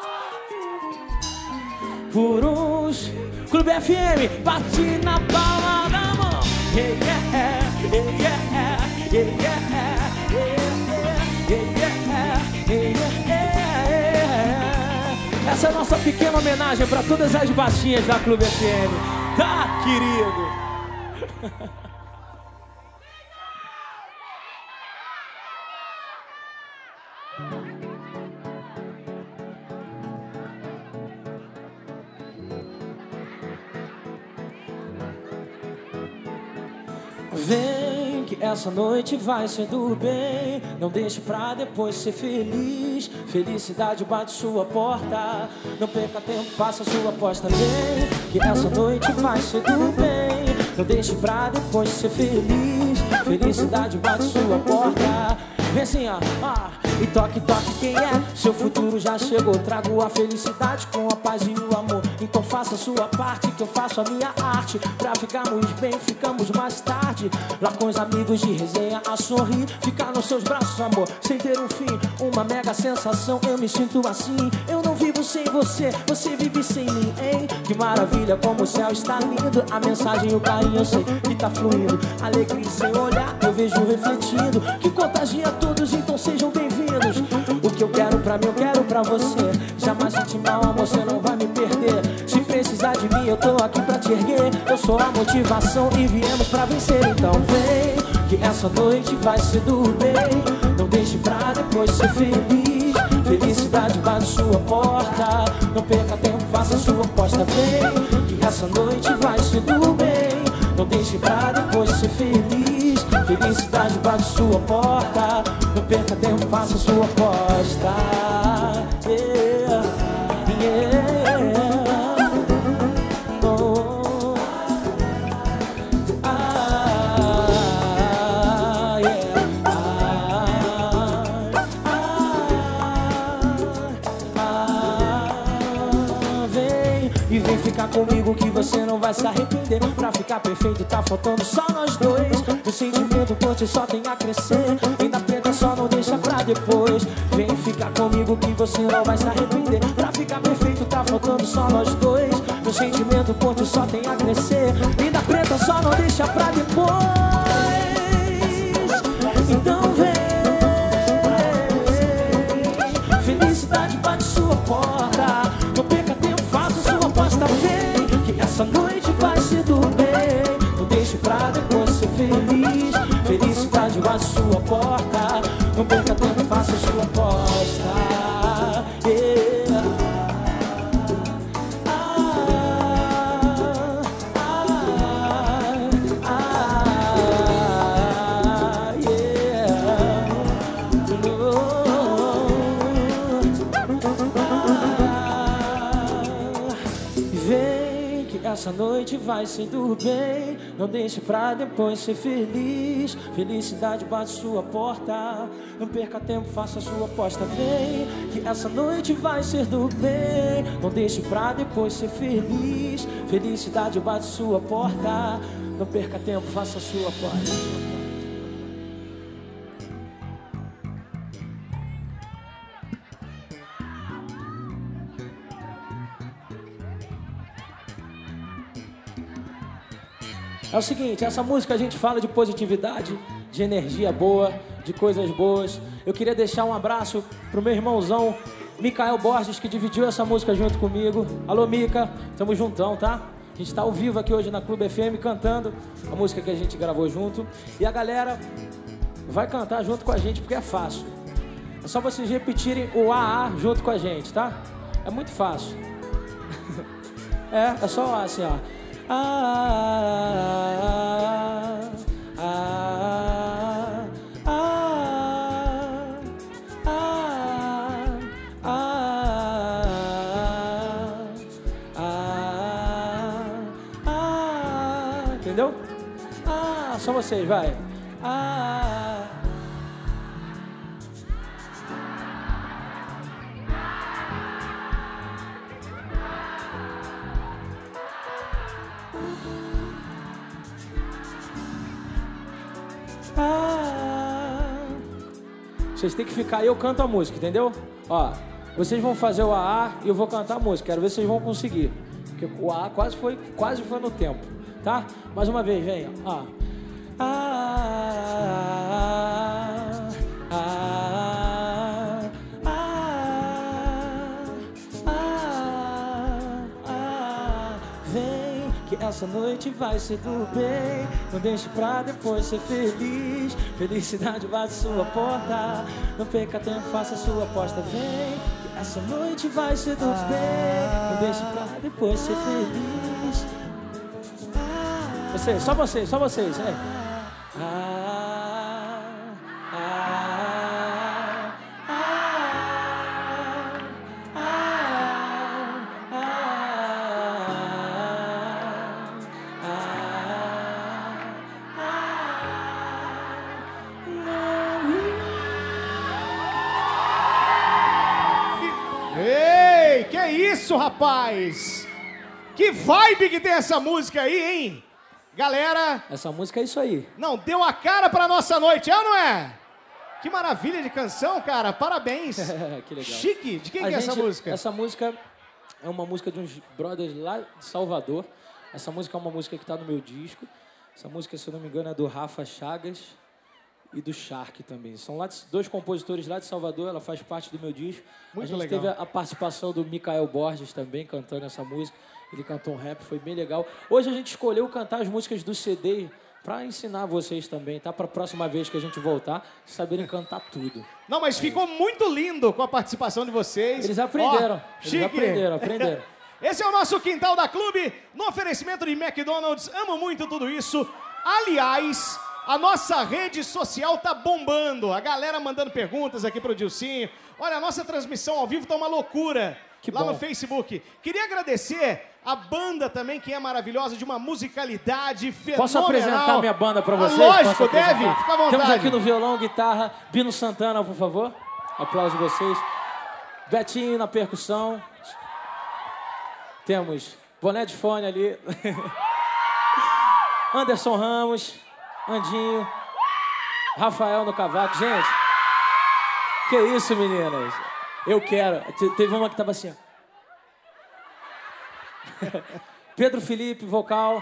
Por uns Clube F M, bate na palma da mão. Yeah, yeah, yeah, yeah, yeah, yeah. Yeah, yeah, yeah, yeah. Essa é a nossa pequena homenagem para todas as baixinhas da Clube F M. Tá, querido? Vem que essa noite vai ser do bem. Não deixe pra depois ser feliz. Felicidade bate sua porta. Não perca tempo, faça sua aposta. Vem que essa noite vai ser do bem. Não deixe pra depois ser feliz. Felicidade bate sua porta. Vem assim, ó, ó. E toque, toque quem é. Seu futuro já chegou. Trago a felicidade com a paz e o amor. Então faça a sua parte, que eu faço a minha arte. Pra ficarmos bem, ficamos mais tarde. Lá com os amigos de resenha a sorrir. Ficar nos seus braços, amor, sem ter um fim. Uma mega sensação, eu me sinto assim. Eu não vivo sem você, você vive sem mim, hein? Que maravilha, como o céu está lindo. A mensagem e o carinho eu sei que tá fluindo. Alegria sem olhar, eu vejo refletindo. Que contagia todos, então sejam bem-vindos. O que eu quero pra mim, eu quero pra você. Jamais senti mal, amor, você não vai me perder. Se precisar de mim, eu tô aqui pra te erguer. Eu sou a motivação e viemos pra vencer. Então vem, que essa noite vai ser do bem. Não deixe pra depois ser feliz. Felicidade bate sua porta. Não perca tempo, faça sua aposta. Vem, que essa noite vai ser do bem. Não deixe pra depois ser feliz. Felicidade bate sua porta. Não perca tempo, faça sua aposta. Yeah, yeah. Oh. Ah, yeah. Ah, ah, ah. Vem e vem ficar comigo que você não vai se arrepender. Pra ficar perfeito tá faltando só nós dois. O sentimento por ti só tem a crescer. Ainda preta só não deixa pra depois. Vem ficar comigo que você não vai se arrepender. Pra ficar perfeito tá faltando só nós dois. O sentimento por ti só tem a crescer. Ainda preta só não deixa pra depois. Então vem. Felicidade bate sua porta. Não perca tempo, faça sua aposta. Vem, que essa noite vai ser do bem. Não deixe pra depois ser feliz. Felicidade bate sua porta. Não perca tempo, faça sua aposta. Yeah. Ah, ah, ah, yeah. Oh. Vem que essa noite vai ser do bem. Não deixe pra depois ser feliz. Felicidade bate sua porta. Não perca tempo, faça sua aposta. Vem, que essa noite vai ser do bem. Não deixe pra depois ser feliz. Felicidade bate sua porta. Não perca tempo, faça sua aposta. É o seguinte, essa música a gente fala de positividade, de energia boa, de coisas boas. Eu queria deixar um abraço pro meu irmãozão Micael Borges, que dividiu essa música junto comigo. Alô, Mica, tamo juntão, tá? A gente tá ao vivo aqui hoje na Clube F M cantando a música que a gente gravou junto. E a galera vai cantar junto com a gente porque é fácil. É só vocês repetirem o A A junto com a gente, tá? É muito fácil. É, é só assim, ó. Ah, ah, ah, ah, ah, ah, ah, entendeu? Ah, só vocês, vai. Ah. Ah. Vocês têm que ficar aí, eu canto a música, entendeu? Ó, vocês vão fazer o A A e eu vou cantar a música. Quero ver se vocês vão conseguir. Porque o A A quase foi, quase foi no tempo, tá? Mais uma vez, vem, ó. Ah, ah, ah, ah, ah, ah, vem, que essa noite vai ser do bem. Não deixe pra depois ser feliz. Felicidade bate sua porta. Não perca tempo, faça sua aposta. Vem, que essa noite vai ser do bem. Não deixe pra depois ser feliz. Vocês, só vocês, só vocês, é. Ah, ah, ah, ah, ah, ah. Ei, que isso, rapaz? Que vibe que tem essa música aí, hein? Galera... Essa música é isso aí. Não, deu a cara pra nossa noite, é ou não é? Que maravilha de canção, cara. Parabéns. Que legal. Chique. De quem A que é gente, essa música? Essa música é uma música de uns brothers lá de Salvador. Essa música é uma música que tá no meu disco. Essa música, se eu não me engano, é do Rafa Chagas e do Shark também. São lá de, dois compositores lá de Salvador. Ela faz parte do meu disco. Muito a gente legal. teve a, a participação do Micael Borges também cantando essa música. Ele cantou um rap, foi bem legal. Hoje a gente escolheu cantar as músicas do C D para ensinar vocês também, tá? Para a próxima vez que a gente voltar, saberem cantar tudo. Não, mas ficou muito lindo com a participação de vocês. Eles aprenderam. Ó, Eles chique. aprenderam, aprenderam. Esse é o nosso Quintal da Clube, no oferecimento de McDonald's. Amo muito tudo isso. Aliás, a nossa rede social tá bombando. A galera mandando perguntas aqui pro Dilcinho. Olha, a nossa transmissão ao vivo tá uma loucura. Que lá bom. no Facebook. Queria agradecer a banda também, que é maravilhosa, de uma musicalidade fenomenal. Posso apresentar minha banda para Ah, vocês? lógico, Posso apresentar? deve. Fica à vontade. Temos aqui no violão, guitarra, Bino Santana, por favor. Aplausos de vocês. Betinho na percussão. Temos Boné de Fone ali. Anderson Ramos, Andinho, Rafael no cavaco. Gente, que isso, meninas? Eu quero. Te- Teve uma que tava assim, ó. Pedro Felipe, vocal.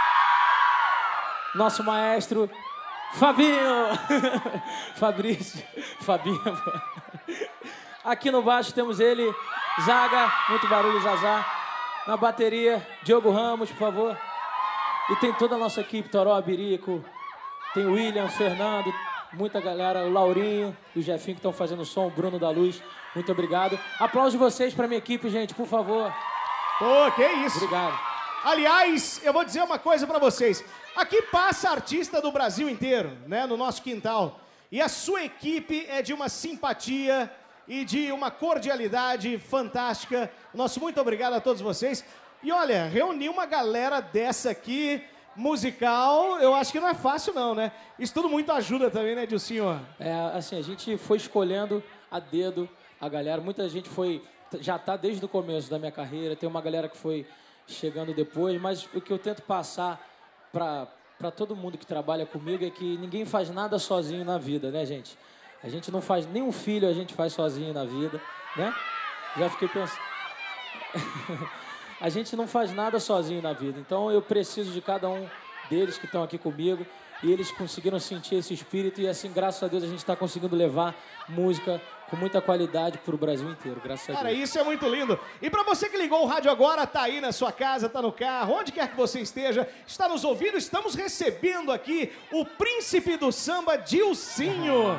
Nosso maestro, Fabinho. Fabrício. Fabinho. Aqui no baixo temos ele, Zaga, muito barulho, Zazá. Na bateria, Diogo Ramos, por favor. E tem toda a nossa equipe, Toró, Birico, tem o William, Fernando, muita galera, o Laurinho, o Jefinho que estão fazendo o som, o Bruno da Luz, muito obrigado. Aplausos de vocês para minha equipe, gente, por favor. Pô, que isso. Obrigado. Aliás, eu vou dizer uma coisa pra vocês. Aqui passa artista do Brasil inteiro, né, no nosso quintal. E a sua equipe é de uma simpatia e de uma cordialidade fantástica. Nosso muito obrigado a todos vocês. E olha, reunir uma galera dessa aqui, musical, eu acho que não é fácil não, né? Isso tudo muito ajuda também, né, Dilcinho? É, assim, a gente foi escolhendo a dedo a galera. Muita gente foi, já tá desde o começo da minha carreira. Tem uma galera que foi chegando depois. Mas o que eu tento passar para para todo mundo que trabalha comigo é que ninguém faz nada sozinho na vida, né, gente? A gente não faz nenhum filho, a gente faz sozinho na vida, né? Já fiquei pensando. A gente não faz nada sozinho na vida. Então eu preciso de cada um deles que estão aqui comigo. E eles conseguiram sentir esse espírito e assim, graças a Deus, a gente está conseguindo levar música com muita qualidade para o Brasil inteiro, graças a Cara, Deus. isso é muito lindo. E para você que ligou o rádio agora, tá aí na sua casa, tá no carro, onde quer que você esteja, está nos ouvindo, estamos recebendo aqui o príncipe do samba, Dilcinho.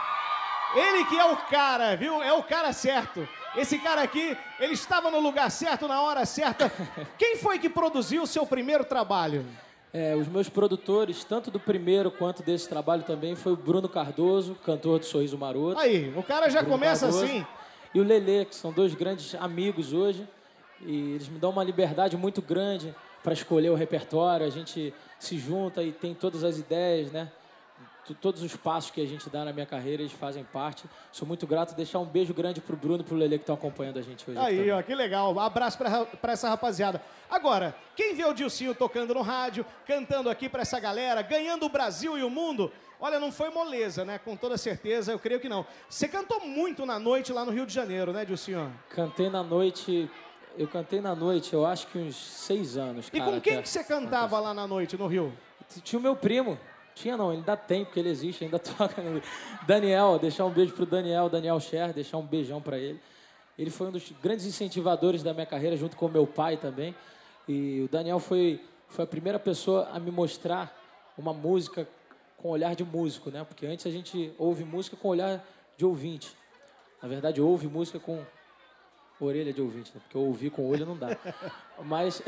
Ele que é o cara, viu? É o cara certo. Esse cara aqui, ele estava no lugar certo, na hora certa. Quem foi que produziu o seu primeiro trabalho? É, os meus produtores, tanto do primeiro quanto desse trabalho também, foi o Bruno Cardoso, cantor do Sorriso Maroto. Aí, o cara já Bruno começa Cardoso, assim. E o Lelê, que são dois grandes amigos hoje. E eles me dão uma liberdade muito grande para escolher o repertório. A gente se junta e tem todas as ideias, né? Todos os passos que a gente dá na minha carreira, eles fazem parte. Sou muito grato. Deixar um beijo grande pro Bruno e pro Lelê que estão acompanhando a gente hoje. Aí, ó, que legal. Um abraço pra, pra essa rapaziada. Agora, quem vê o Dilcinho tocando no rádio, cantando aqui pra essa galera, ganhando o Brasil e o mundo, olha, não foi moleza, né? Com toda certeza, eu creio que não. Você cantou muito na noite lá no Rio de Janeiro, né, Dilcinho? Cantei na noite... Eu cantei na noite, eu acho que uns seis anos, E cara, com quem até. que você cantava lá na noite, no Rio? Tinha o meu primo. Tinha não, ainda tem, porque ele existe, ainda toca. Daniel, deixar um beijo pro Daniel, Daniel Scher, deixar um beijão pra ele. Ele foi um dos grandes incentivadores da minha carreira, junto com o meu pai também. E o Daniel foi, foi a primeira pessoa a me mostrar uma música com olhar de músico, né? Porque antes a gente ouve música com olhar de ouvinte. Na verdade, ouve música com orelha de ouvinte, né? Porque ouvir com olho não dá. Mas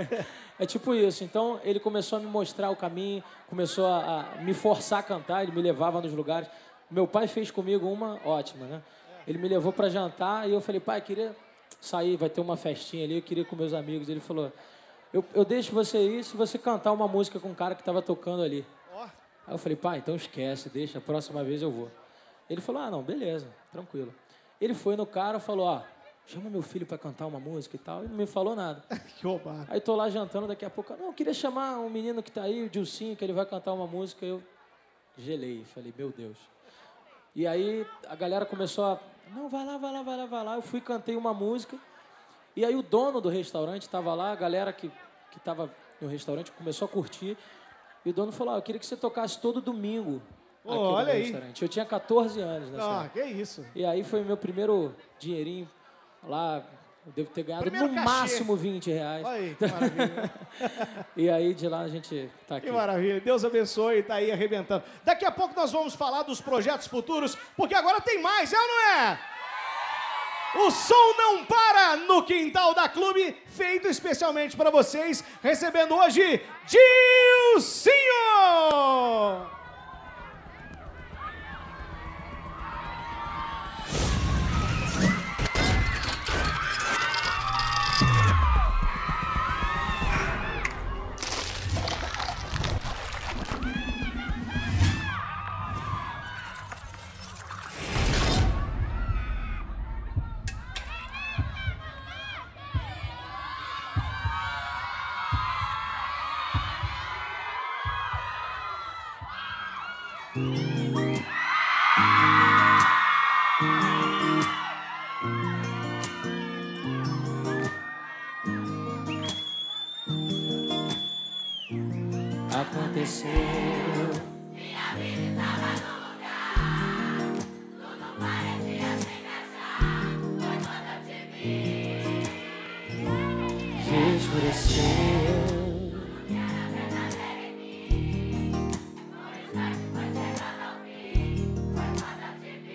é tipo isso. Então, ele começou a me mostrar o caminho, começou a, a me forçar a cantar, ele me levava nos lugares. Meu pai fez comigo uma ótima, né? Ele me levou para jantar e eu falei, pai, queria sair, vai ter uma festinha ali, eu queria ir com meus amigos. Ele falou, eu, eu deixo você ir se você cantar uma música com um cara que estava tocando ali. Aí eu falei, pai, então esquece, deixa, a próxima vez eu vou. Ele falou, ah, não, beleza, tranquilo. Ele foi no cara e falou, ó, chama meu filho para cantar uma música e tal, e não me falou nada. Que roubado. Aí tô lá jantando, daqui a pouco, não, eu queria chamar um menino que tá aí, o Dilcinho, que ele vai cantar uma música. Eu gelei, falei, meu Deus. E aí a galera começou a, não, vai lá, vai lá, vai lá, vai lá. Eu fui, cantei uma música, e aí o dono do restaurante tava lá, a galera que, que tava no restaurante começou a curtir, e o dono falou, ah, eu queria que você tocasse todo domingo Oh, aqui no olha meu aí. restaurante. Eu tinha catorze anos nessa Ah, época. que isso. E aí foi o meu primeiro dinheirinho lá, eu devo ter ganhado Primeiro no cachê. máximo vinte reais. Olha aí, que maravilha. E aí de lá a gente tá aqui. Que maravilha. Deus abençoe e tá aí arrebentando. Daqui a pouco nós vamos falar dos projetos futuros, porque agora tem mais, é ou não é? O som não para no quintal da Clube, feito especialmente para vocês, recebendo hoje Dilcinho! Aconteceu. Minha vida estava no lugar, tudo parecia se encaixar. Foi quando eu te vi, Que escureceu. que era verdadeira em mim. No instante foi chegando ao fim, foi quando eu te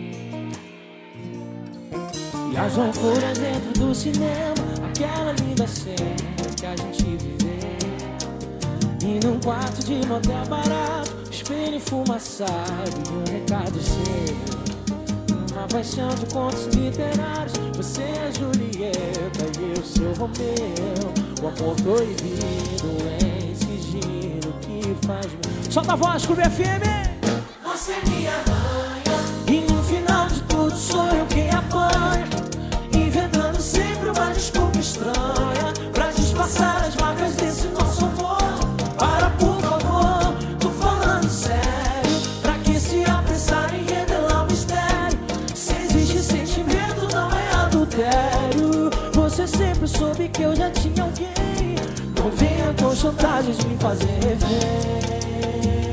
vi. Viajam por dentro do cinema, aquela linda cena que a gente viveu. E num quarto de motel barato, espelho enfumaçado e um recado seu. Uma paixão de contos literários, você é a Julieta e eu seu Romeu. O amor proibido em sigilo que faz... Solta a voz, Clube F M! Você me arranha, E no final de tudo sou eu quem apanha, inventando sempre uma desculpa estranha pra disfarçar as marcas desse nosso amor. Para, por favor, tô falando sério, pra que se apressar em revelar o mistério? Se existe sentimento, não é adultério. Você Você sempre soube que eu já tinha alguém. Não venha com chantagens de me fazer refém.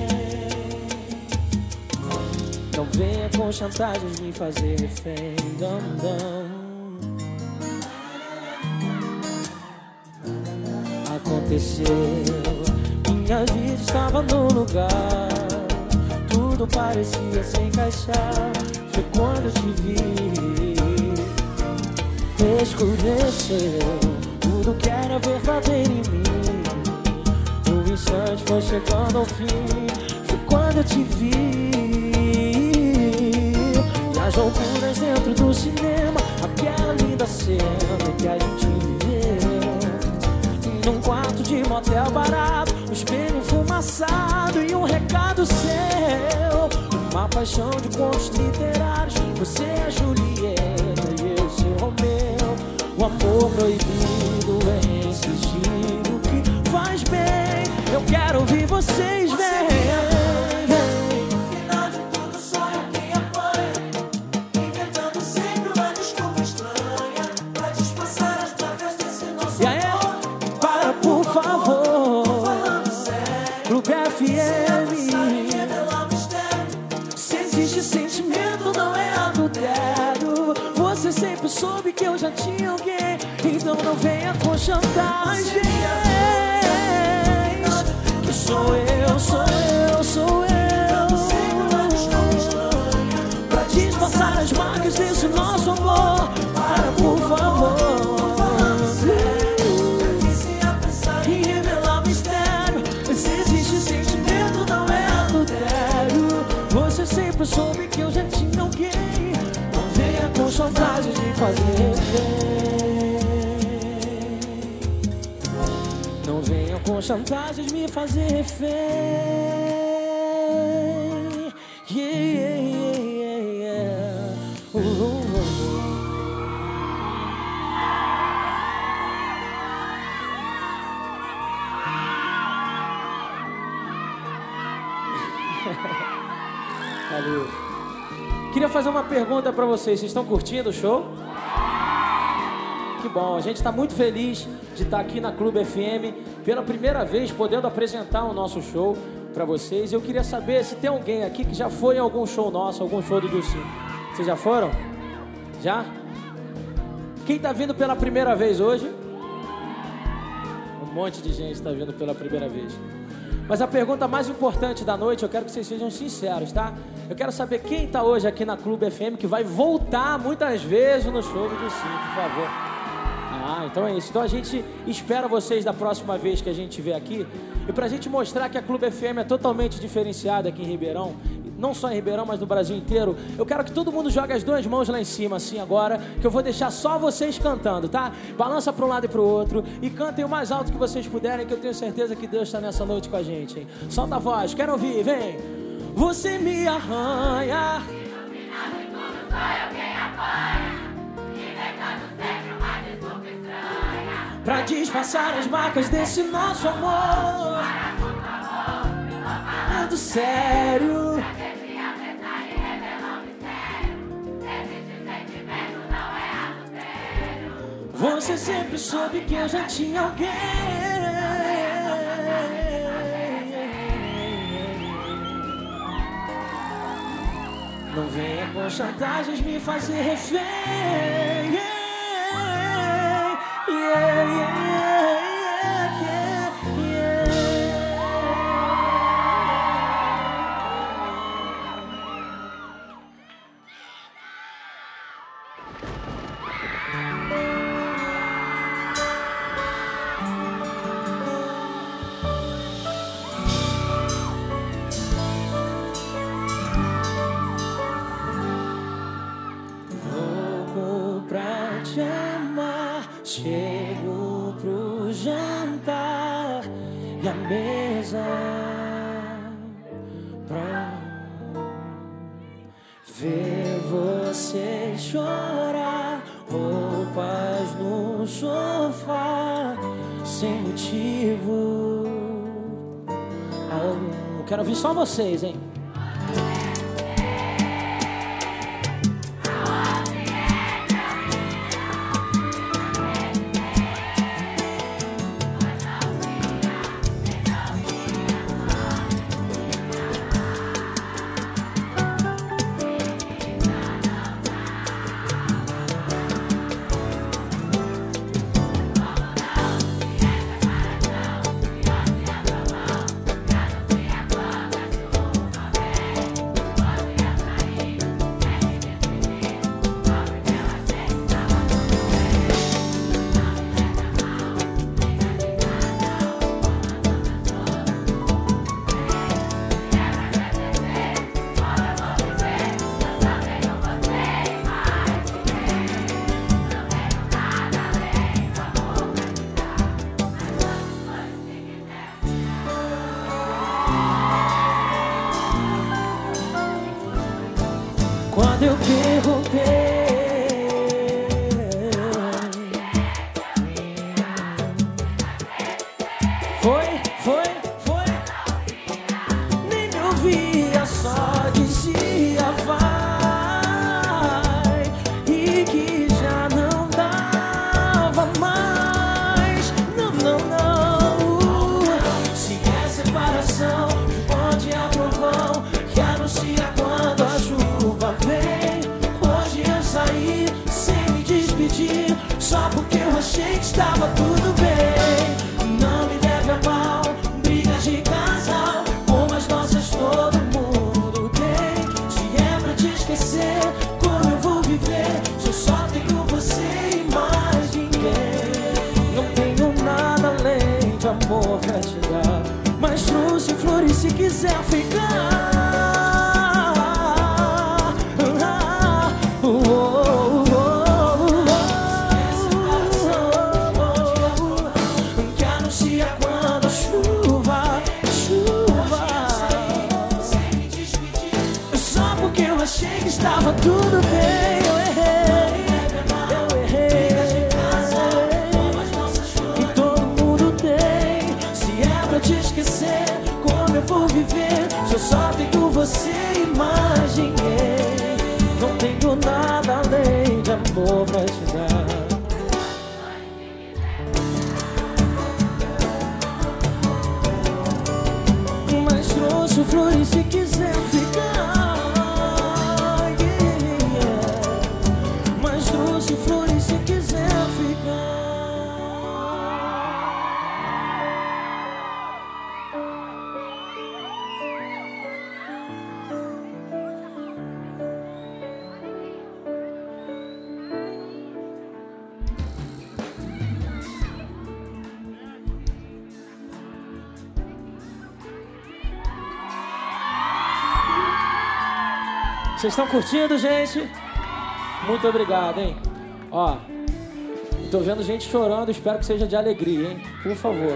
Não venha com chantagens de me fazer refém. Dam, dam. Aconteceu, minha vida estava no lugar, tudo parecia se encaixar. Foi quando eu te vi, escureceu tudo que era verdadeiro em mim. O instante foi chegando ao fim. Foi quando eu te vi, e as loucuras dentro do cinema, aquela linda cena que a gente viveu num quarto de motel barato, um espelho enfumaçado e um recado seu. Uma paixão de contos literários, você é a Julieta e eu seu Romeu. O amor proibido é esse estilo que faz bem. Eu quero ouvir vocês, vem. F M. Se existe sentimento, não é adultério. Você sempre soube que eu já tinha alguém, então não venha com chantagem. Que sou eu, sou eu, sou eu, pra disfarçar as marcas desse nosso amor. Para, por favor. Você sempre soube que eu já tinha alguém. Não venha com chantagem de fazer refém. Não venha com chantagem de me fazer refém. Yeah, yeah, yeah, yeah. Uh, uh, uh. Valeu. Queria fazer uma pergunta pra vocês. Vocês estão curtindo o show? Que bom, a gente está muito feliz de estar aqui na Clube F M pela primeira vez, podendo apresentar o nosso show pra vocês. Eu queria saber se tem alguém aqui que já foi em algum show nosso, algum show do Dilcinho. Vocês já foram? Já? Quem tá vindo pela primeira vez hoje? Um monte de gente tá vindo pela primeira vez. Mas a pergunta mais importante da noite, eu quero que vocês sejam sinceros, tá? Eu quero saber quem tá hoje aqui na Clube F M que vai voltar muitas vezes no show do Dilcinho, por favor. Ah, então é isso. Então a gente espera vocês da próxima vez que a gente estiver aqui. E pra gente mostrar que a Clube F M é totalmente diferenciada aqui em Ribeirão, não só em Ribeirão, mas no Brasil inteiro, eu quero que todo mundo jogue as duas mãos lá em cima, assim agora, que eu vou deixar só vocês cantando, tá? Balança para um lado e para o outro e cantem o mais alto que vocês puderem, que eu tenho certeza que Deus está nessa noite com a gente, hein? Solta a voz, quero ouvir, vem! Você me arranha, pra disfarçar as marcas desse nosso amor. Falando sério, você sempre soube que eu já tinha alguém. Não venha com chantagens me fazer refém. Yeah, yeah, yeah, yeah, yeah. Te amar, chego pro jantar e a mesa pra ver você chorar, roupas no sofá sem motivo algum. Quero ouvir só vocês, hein? leva mais. Não, não, não. Se é separação, onde há trovão que anuncia quando a chuva vem. Hoje eu saí sem me despedir, só porque eu achei que estava tudo bem. Não me leve a mal, brigas de casal como as nossas todo mundo tem. Se é pra te esquecer, como eu vou viver se eu só tenho você e mais ninguém? Não tenho nada além de amor pra te dar, mas trouxe flores se quiser ficar. Achei que estava tudo bem, eu errei, eu errei. E todo mundo tem. Se é pra te esquecer, como eu vou viver se eu só tenho você e mais ninguém? Não tenho nada além de amor pra te dar. Mas trouxe flores se quiser ficar. Flores se quiser ficar. Vocês estão curtindo, gente? Muito obrigado, hein? Ó, tô vendo gente chorando, espero que seja de alegria, hein? Por favor.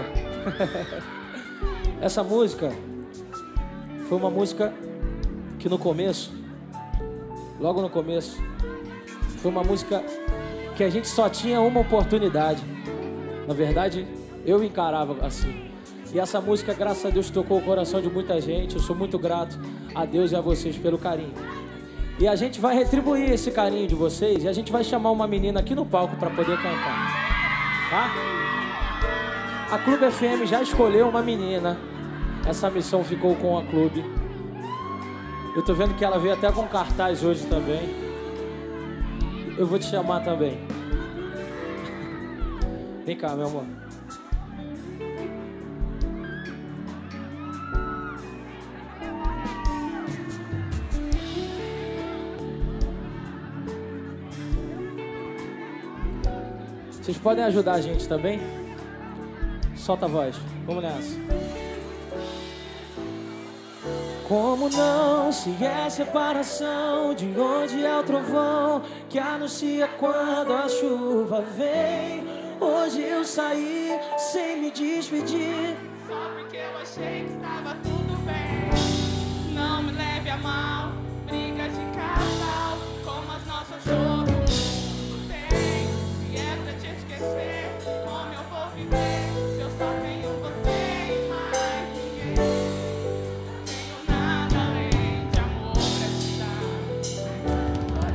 Essa música foi uma música que no começo, logo no começo, foi uma música que a gente só tinha uma oportunidade. Na verdade, eu encarava assim. E essa música, graças a Deus, tocou o coração de muita gente. Eu sou muito grato a Deus e a vocês pelo carinho. E a gente vai retribuir esse carinho de vocês e a gente vai chamar uma menina aqui no palco para poder cantar, tá? A Clube F M já escolheu uma menina. Essa missão ficou com a Clube. Eu tô vendo que ela veio até com cartaz hoje também. Eu vou te chamar também. Vem cá, meu amor. Vocês podem ajudar a gente também? Solta a voz. Vamos nessa. Como não, se é separação, de onde é o trovão que anuncia quando a chuva vem. Hoje eu saí sem me despedir, só porque eu achei que estava tudo bem. Não me leve a mal, brigas de casal como as nossas todo mundo tem. Se é pra te esquecer, como eu vou viver se eu só tenho você e mais ninguém? Não tenho nada além de amor pra te dar.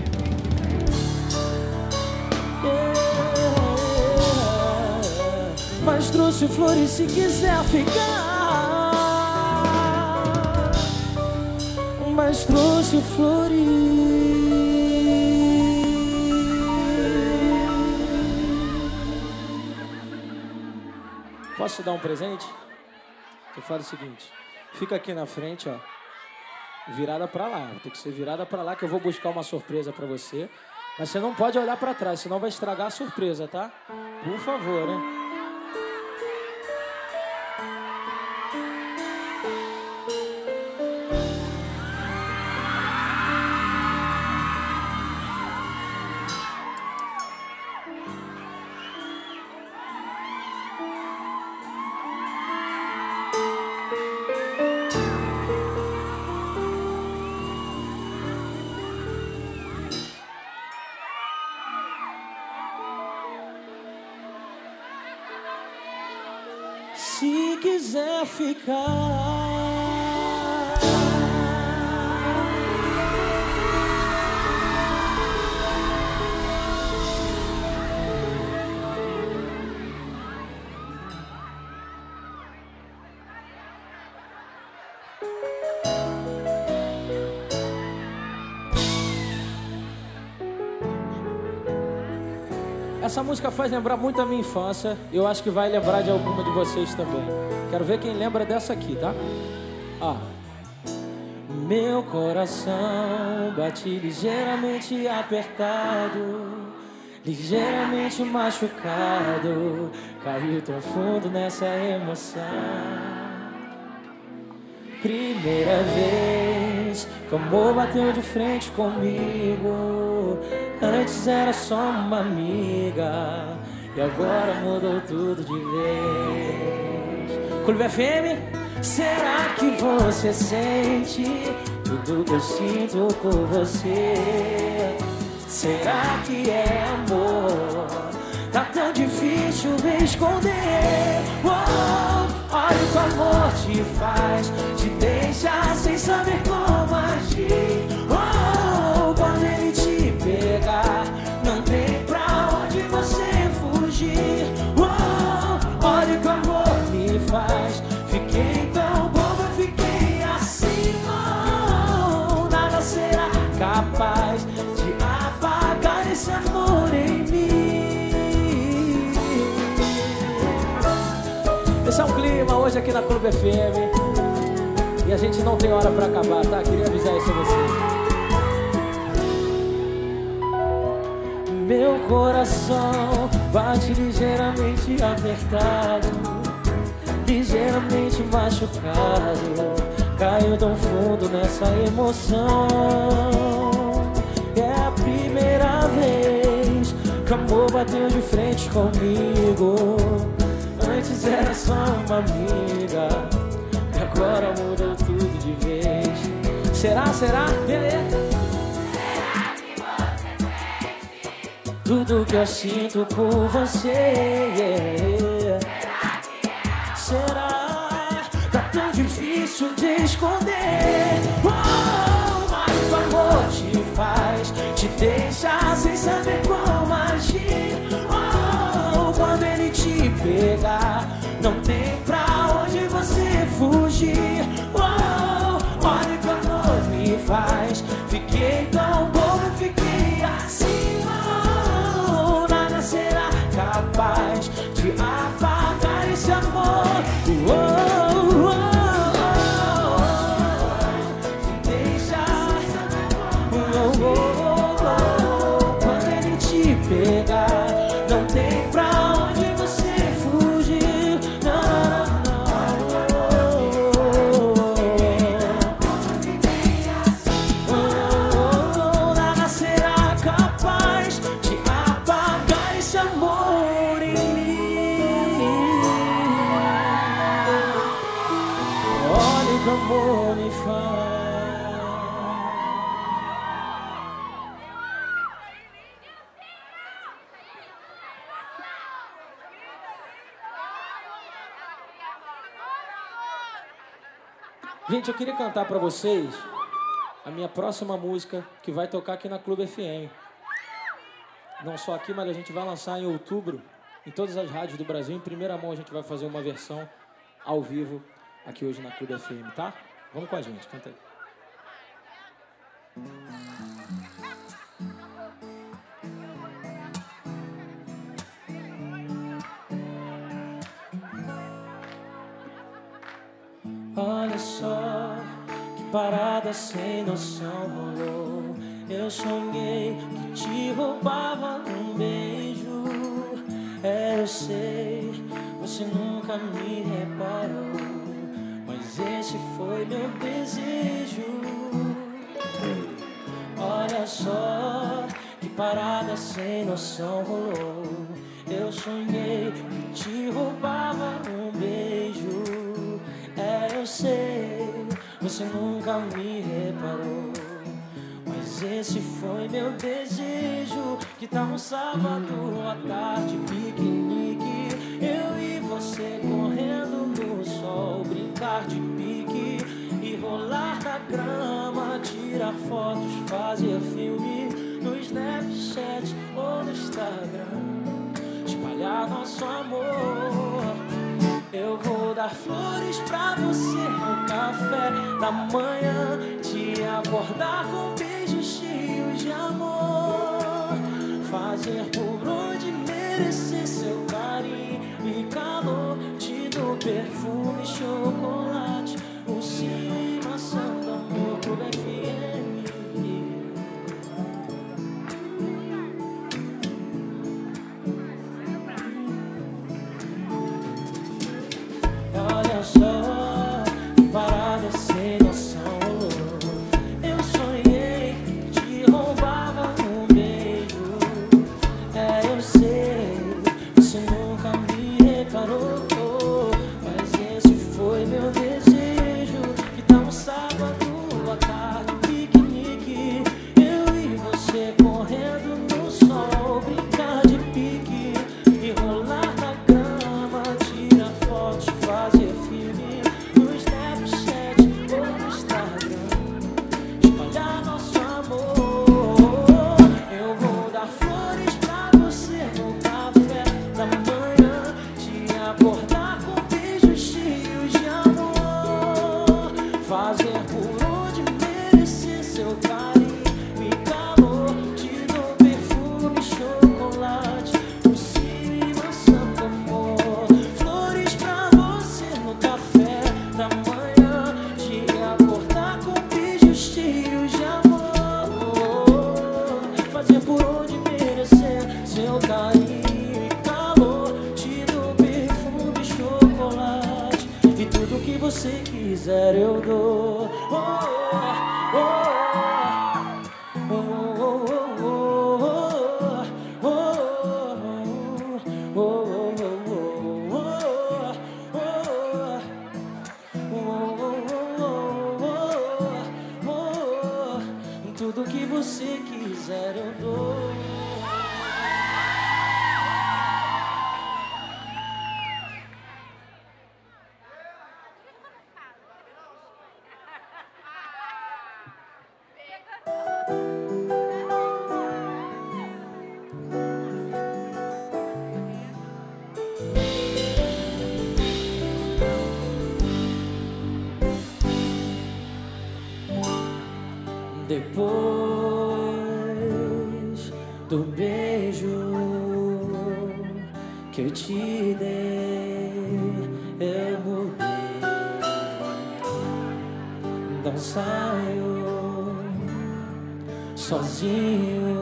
Mas trouxe flores se quiser ficar. Mas trouxe flores. Posso te dar um presente? Eu falo o seguinte: fica aqui na frente, ó, virada pra lá. Tem que ser virada pra lá que eu vou buscar uma surpresa pra você. Mas você não pode olhar pra trás, senão vai estragar a surpresa, tá? Por favor, hein? Se quiser ficar. Essa música faz lembrar muito a minha infância. Eu acho que vai lembrar de alguma de vocês também. Quero ver quem lembra dessa aqui, tá? Ó. Meu coração bate ligeiramente apertado, ligeiramente machucado, caiu tão fundo nessa emoção. Primeira vez que o amor bateu de frente comigo. Antes era só uma amiga e agora mudou tudo de vez. Clube F M, será que você sente tudo que eu sinto por você? Será que é amor? Tá tão difícil esconder. Oh, olha o que o amor te faz, te deixa sem saber como agir. Oh, quando ele te pegar, não tem pra onde você fugir. Oh, olha o que o amor me faz, fiquei tão boba, fiquei assim. Oh, nada será capaz de apagar esse amor em mim. Esse é um clima hoje aqui na Clube F M. E a gente não tem hora pra acabar, tá? Queria avisar isso a você. Meu coração bate ligeiramente apertado, ligeiramente machucado, caiu tão fundo nessa emoção. É a primeira vez que o amor bateu de frente comigo. Antes era só uma amiga, agora mudou tudo de vez. Será, será? Yeah. Tudo que eu sinto por você, yeah. Será? Tá tão difícil de esconder. Oh, mas o amor te faz, te deixa sem saber como agir. Oh, quando ele te pegar, não tem pra onde você fugir. Oh, olha o que o amor me faz, fiquei tão bobo, fiquei assim. Oh, nada será capaz de apagar esse amor. Oh, oh, oh, oh. Deixa. Oh, oh, oh, oh. Quando ele te pegar, não tem pra onde você fugir. Não, não, não. Oh, nada será capaz de apagar esse amor em mim. Olha o que o amor me faz. Gente, eu queria cantar pra vocês a minha próxima música que vai tocar aqui na Clube F M. Não só aqui, mas a gente vai lançar em outubro em todas as rádios do Brasil. Em primeira mão a gente vai fazer uma versão ao vivo aqui hoje na Clube F M, tá? Vamos com a gente, canta aí. Olha só que parada sem noção rolou. Eu sonhei que te roubava um beijo. É, eu sei, você nunca me reparou, mas esse foi meu desejo. Olha só que parada sem noção rolou. Eu sonhei que te roubava um beijo. É, eu sei, você nunca me reparou, mas esse foi meu desejo. Que tal um sábado à tarde, piquenique, eu e você correndo no sol, brincar de pique e rolar na grama, tirar fotos, fazer filme no Snapchat ou no Instagram, espalhar nosso amor. Eu vou dar flores pra você no café da manhã, te acordar com beijos cheios de amor, fazer por onde mesmo merecer seu carinho e calor. Te dou perfume, chocolate, um sim, maçã do amor pro F M. Olha só, parada sem noção. Eu sonhei, te roubava um beijo. É, eu sei, você nunca me reparou, mas esse foi meu desejo. Que tal um sábado à tarde, piquenique, eu e você correndo no sol, brincar de pique e rolar na grama, tirar fotos, fazer filme no Snapchat ou no Instagram, espalhar nosso amor. Eu vou dar flores pra você no café da manhã, te acordar com beijos cheios de amor, fazer por onde merecer seu carinho e calor. Te dou perfume, chocolate, um sim e maçã do amor, flores pra você no café da manhã, te acordar com beijos cheios de amor, fazer por onde merecer seu carinho e calor. Te dou perfume, chocolate e tudo que você quiser eu dou. Oh, oh, oh, oh, oh, oh, oh, oh, tudo que você quiser eu dou. Depois do beijo que eu te dei, eu mudei. Não saio sozinho,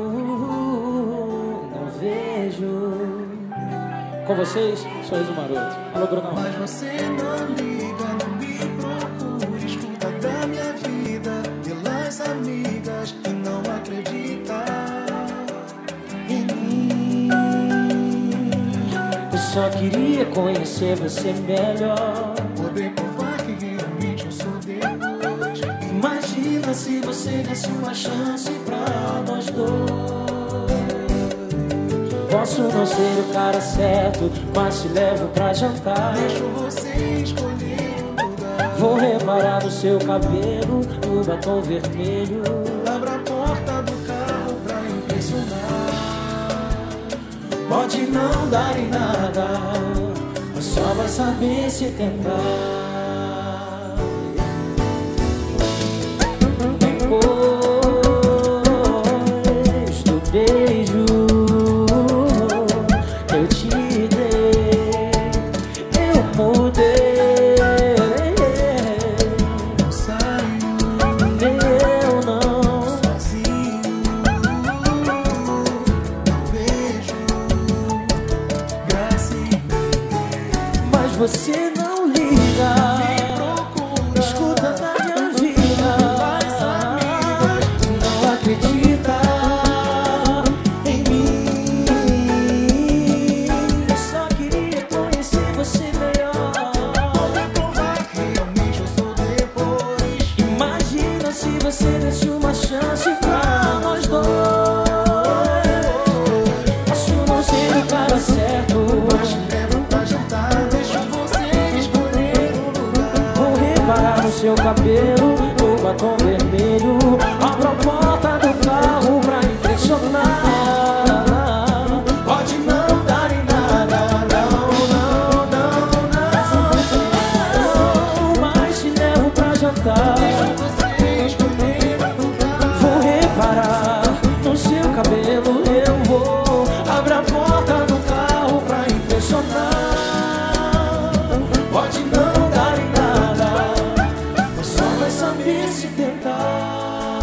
não vejo. Com vocês, Sorriso Maroto. Alô, Brunão. Mas você não liga, não me procura, escuta da minha vida pelas amigas que não acreditam em mim. Eu só queria conhecer você melhor, Poder provar que realmente eu sou Deus. imagina se você desse uma chance pra nós dois. Posso não ser o cara certo, mas te levo pra jantar. Deixo você escolher um lugar. Vou reparar no seu cabelo, no batom vermelho. Abra a porta do carro pra impressionar. Pode não dar em nada, mas só vai saber se tentar. Depois do beijo que eu te dei, eu mudei. Não saio Eu não sozinho, não vejo graça em mim. mas você não liga. Escuta da minha vida, não acredita em mim. Eu só queria conhecer você melhor. Poder provar que realmente eu sou depois. Imagina se você desse uma chance pra nós dois. Posso não ser o cara certo, Mas te levo pra jantar. Deixo você escolher um lugar. vou reparar no seu cabelo, no batom vermelho. Abro a porta do carro pra impressionar. Pode não dar em nada, não, não, não, não. Mas te levo pra jantar. Você escolher um lugar. Vou reparar no seu cabelo, eu vou. Abra a porta do apaixonar. Pode não dar em nada, mas só vai saber se tentar.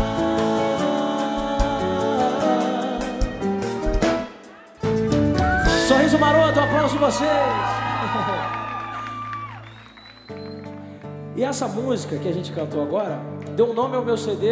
Sorriso Maroto, um aplauso de vocês. E essa música que a gente cantou agora deu um nome ao meu C D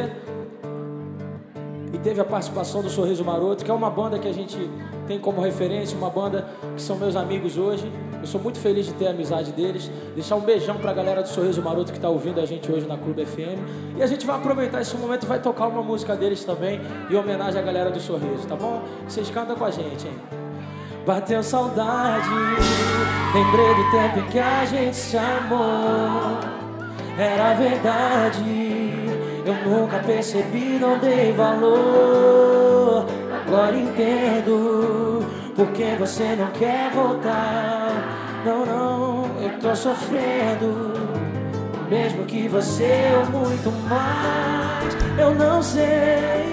e teve a participação do Sorriso Maroto, que é uma banda que a gente tem como referência, uma banda que são meus amigos hoje. Eu sou muito feliz de ter a amizade deles. Deixar um beijão pra galera do Sorriso Maroto que tá ouvindo a gente hoje na Clube F M. E a gente vai aproveitar esse momento e vai tocar uma música deles também, em homenagem à galera do Sorriso, tá bom? Vocês cantam com a gente, hein? Bateu saudade, lembrei do tempo em que a gente se amou. Era verdade, eu nunca percebi, não dei valor. Agora entendo porque você não quer voltar. Não, não, eu tô sofrendo, mesmo que você ou muito mais. Eu não sei,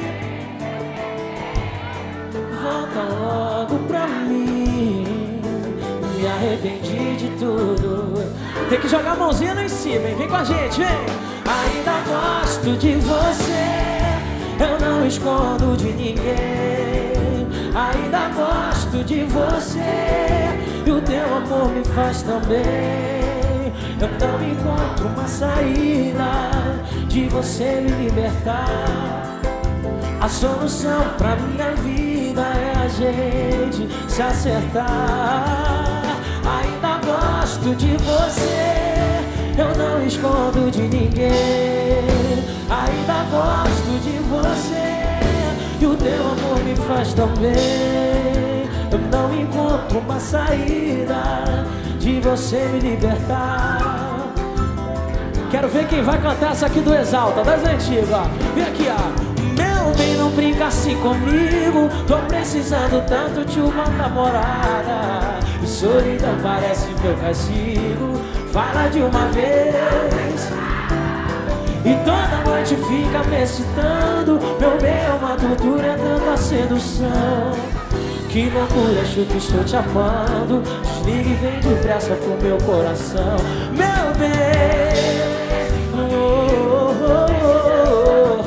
volta logo pra mim. Me arrependi de tudo. Tem que jogar a mãozinha lá em cima, hein? Vem com a gente, vem! Ainda gosto de você, eu não escondo de ninguém. Ainda gosto de você, e o teu amor me faz tão bem. Eu não encontro uma saída de você me libertar. A solução pra minha vida é a gente se acertar. Ainda gosto de você, eu não escondo de ninguém. Ainda gosto de você, e o teu amor me faz tão bem. Eu não encontro uma saída de você me libertar. Quero ver quem vai cantar essa aqui do Exalta, das antigas, ó. Vem aqui, ó. Meu bem, não brinca assim comigo, tô precisando tanto de uma namorada. E solidão parece meu castigo, fala de uma vez. E toda noite fica me excitando. Meu bem, é uma tortura, é tanta sedução. Que loucura, acho que estou te amando. Desliga e vem depressa pro meu coração. Meu bem, oh, oh, oh, oh.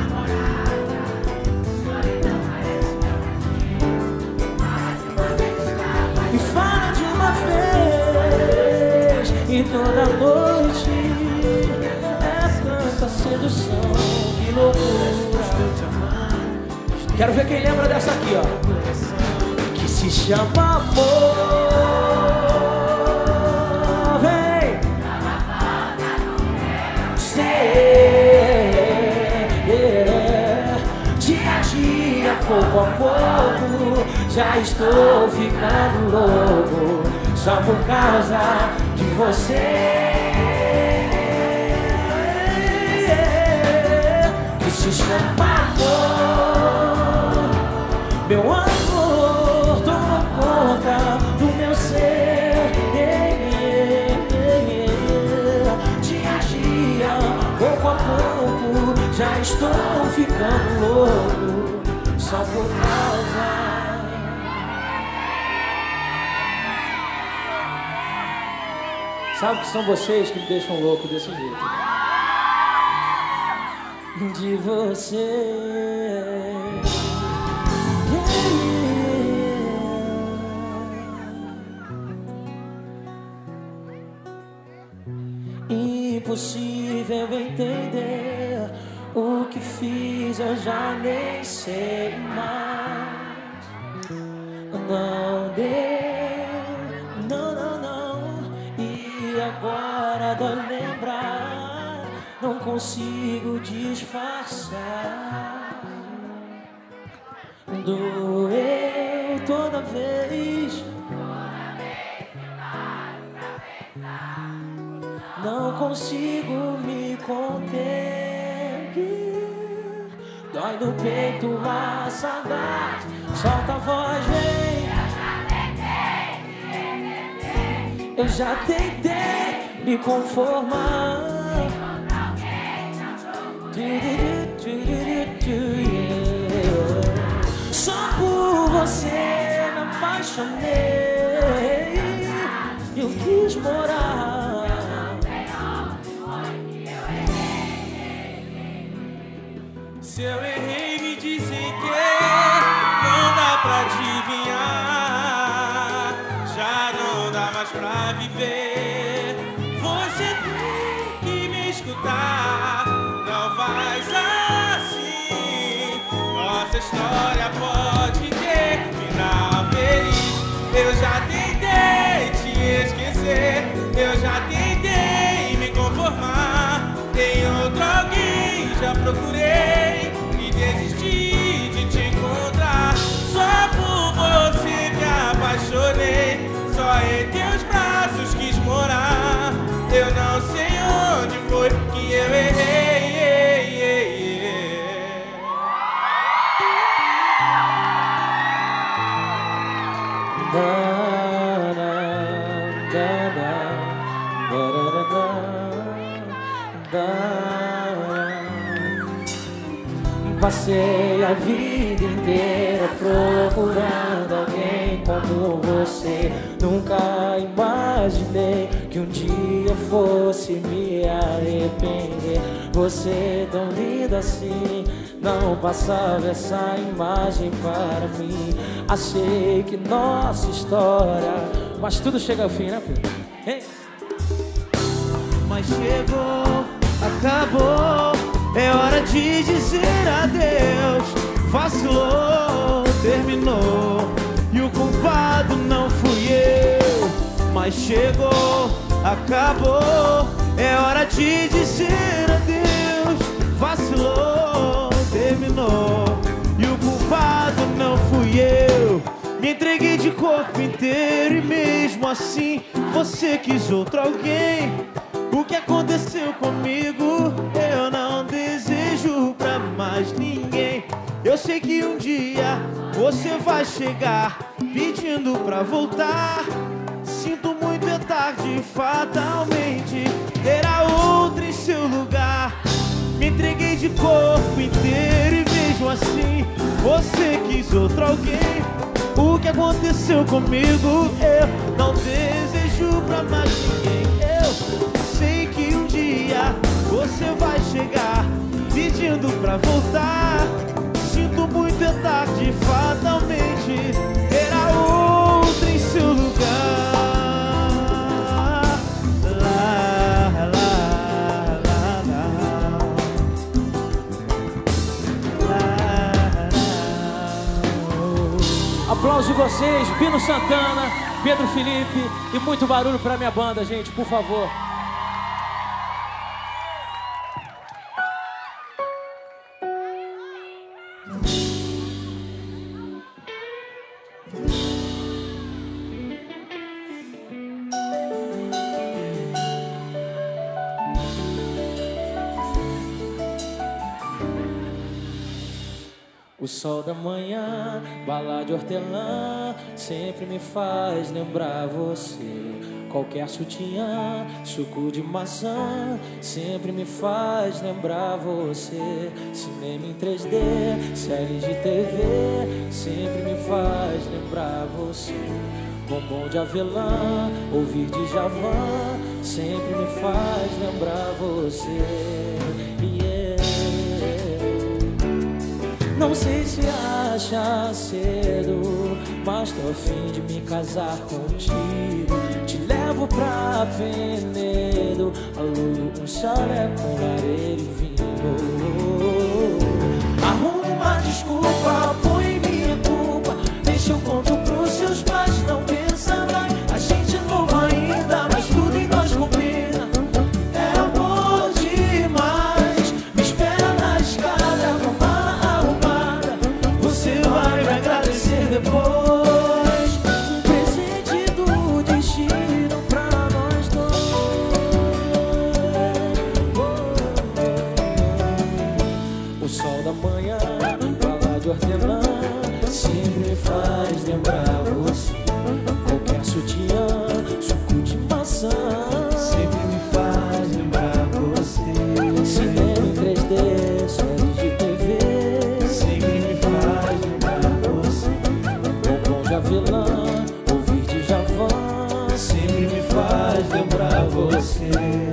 E fala de uma vez. E toda noite é tanta sedução. Que loucura, estou te amando. Quero ver quem lembra dessa aqui, ó. Que se chama amor. Vem! Sei, dia a dia, pouco a pouco, já estou ficando louco, só por causa de você. Que se chama amor. Meu amor toma conta do meu ser. Dia a dia, pouco a pouco, já estou ficando louco, só por causa. Sabe que são vocês que me deixam louco desse jeito? De você. Impossível entender o que fiz, eu já nem sei mais. Não deu, não, não, não. E agora dói lembrar, não consigo disfarçar. Doeu toda vez. Não consigo me conter. Dói no peito a saudade. Solta a voz, vem. Eu já tentei me conformar. Só por você me apaixonei. eu quis morar. Se eu errei, me dizem que não dá pra adivinhar. Já não dá mais pra viver. Você tem que me escutar. Não faz assim. Nossa história pode terminar feliz. Eu já tentei te esquecer. Eu já tentei me conformar. Tem outro alguém, já procurei e desisti de te encontrar. Só por você me apaixonei. Só em teus braços quis morar. Eu não sei onde foi que eu errei. Passei a vida inteira procurando alguém como você. Nunca imaginei que um dia fosse me arrepender. Você tão linda assim, não passava essa imagem para mim. Achei que nossa história... Mas tudo chega ao fim, né, Pedro? Hey. Mas chegou, acabou. É hora de dizer adeus. Vacilou, terminou. E o culpado não fui eu. Mas chegou, acabou. É hora de dizer adeus. Vacilou, terminou. E o culpado não fui eu. Me entreguei de corpo inteiro e mesmo assim você quis outro alguém. O que aconteceu comigo eu não desejo pra mais ninguém. Eu sei que um dia você vai chegar pedindo pra voltar. Sinto muito, é tarde, fatalmente terá outra em seu lugar. Me entreguei de corpo inteiro e mesmo assim você quis outro alguém. O que aconteceu comigo eu não desejo pra mais ninguém. Eu sei que um dia você vai chegar pedindo pra voltar. Sinto muito, é tarde, fatalmente terá outra em seu lugar. Lá, lá, lá, lá. Lá, lá. Aplausos de vocês, Bino Santana, Pedro Felipe e muito barulho pra minha banda, gente, por favor. O sol da manhã, bala de hortelã, sempre me faz lembrar você. Qualquer sutiã, suco de maçã, sempre me faz lembrar você. Cinema em três D, séries de T V, sempre me faz lembrar você. Bombom de avelã, ouvir de Javan, sempre me faz lembrar você. Yeah. Não sei se acha cedo, mas tô a fim de me casar contigo. Te levo pra Penedo, alugo um chalé com lareira e vinho. Arruma uma desculpa, põe minha culpa. Deixa eu conto pros seus pais, não pensa mais. A gente é novo ainda, mas tudo em nós combina. É amor demais. Me espera na escada, com mala arrumada. Você vai me agradecer depois. Um presente do destino pra nós dois. você.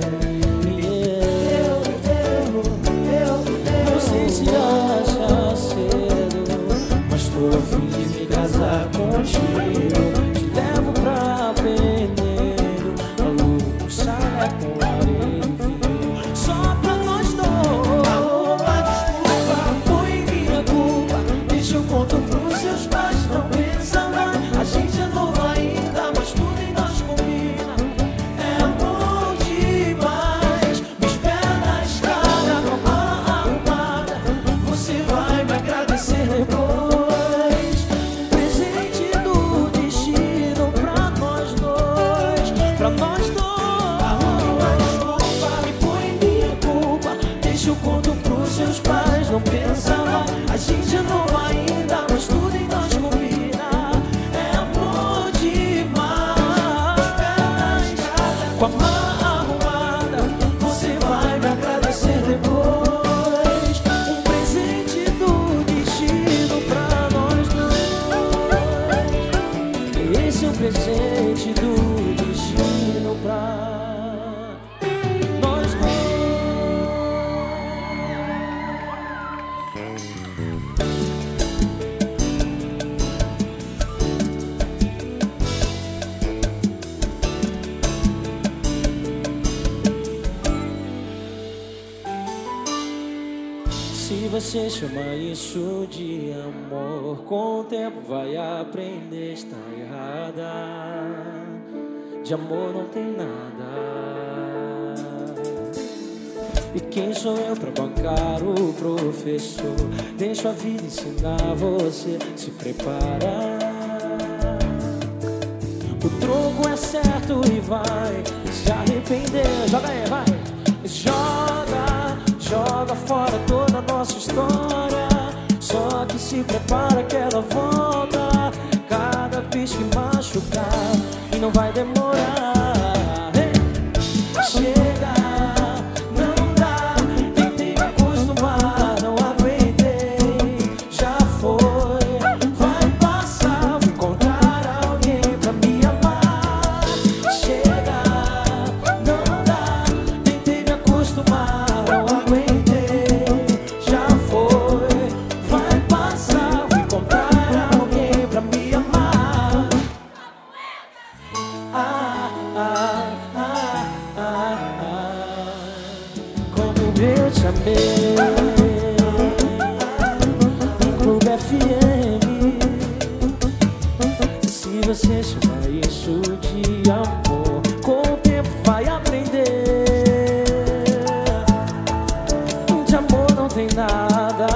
Eu, eu, eu, não sei se acha cedo, mas tô a fim de me casar contigo. Te levo pra Penedo, alugo saia com areia e vinho, só pra nós dois. Arruma desculpa, foi minha culpa, deixa eu conto pros seus pais, não pensa mais. A gente é novo ainda, mas tudo em nós combina. É amor demais. Me espera na estrada com a mala arrumada, você vai me agradecer depois. Presente do destino pra nós dois, pra nós dois. Arruma desculpa, me põe minha culpa, deixa eu conto pros seus pais, não pensa mais. A gente é novo ainda, mas tudo em nós combina. É amor demais. Com a mala arrumada, você vai me agradecer depois. Um presente do destino pra nós dois. Esse é um presente do destino pra nós dois. Se você chama isso de amor, com o tempo vai aprender, está errada. De amor não tem nada. E quem sou eu pra bancar o professor? Deixa a vida ensinar você, se prepara. O troco é certo e vai se arrepender. Joga aí, vai. Joga, joga fora toda a nossa história. Só que se prepara que ela volta. Cada vez que machucar, e não vai demorar. Hey! Chega, não dá. Tentei me acostumar, não aguentei. Já foi, vai passar. Vou encontrar alguém pra me amar. Chega, não dá. Tentei me acostumar, não aguentei. Já foi, vai passar. Vou encontrar alguém pra me amar. Ah, ah, ah, ah, ah. Como eu te amei. Um Clube F M. Se você chama isso de amor, com o tempo vai aprender. De amor não tem nada.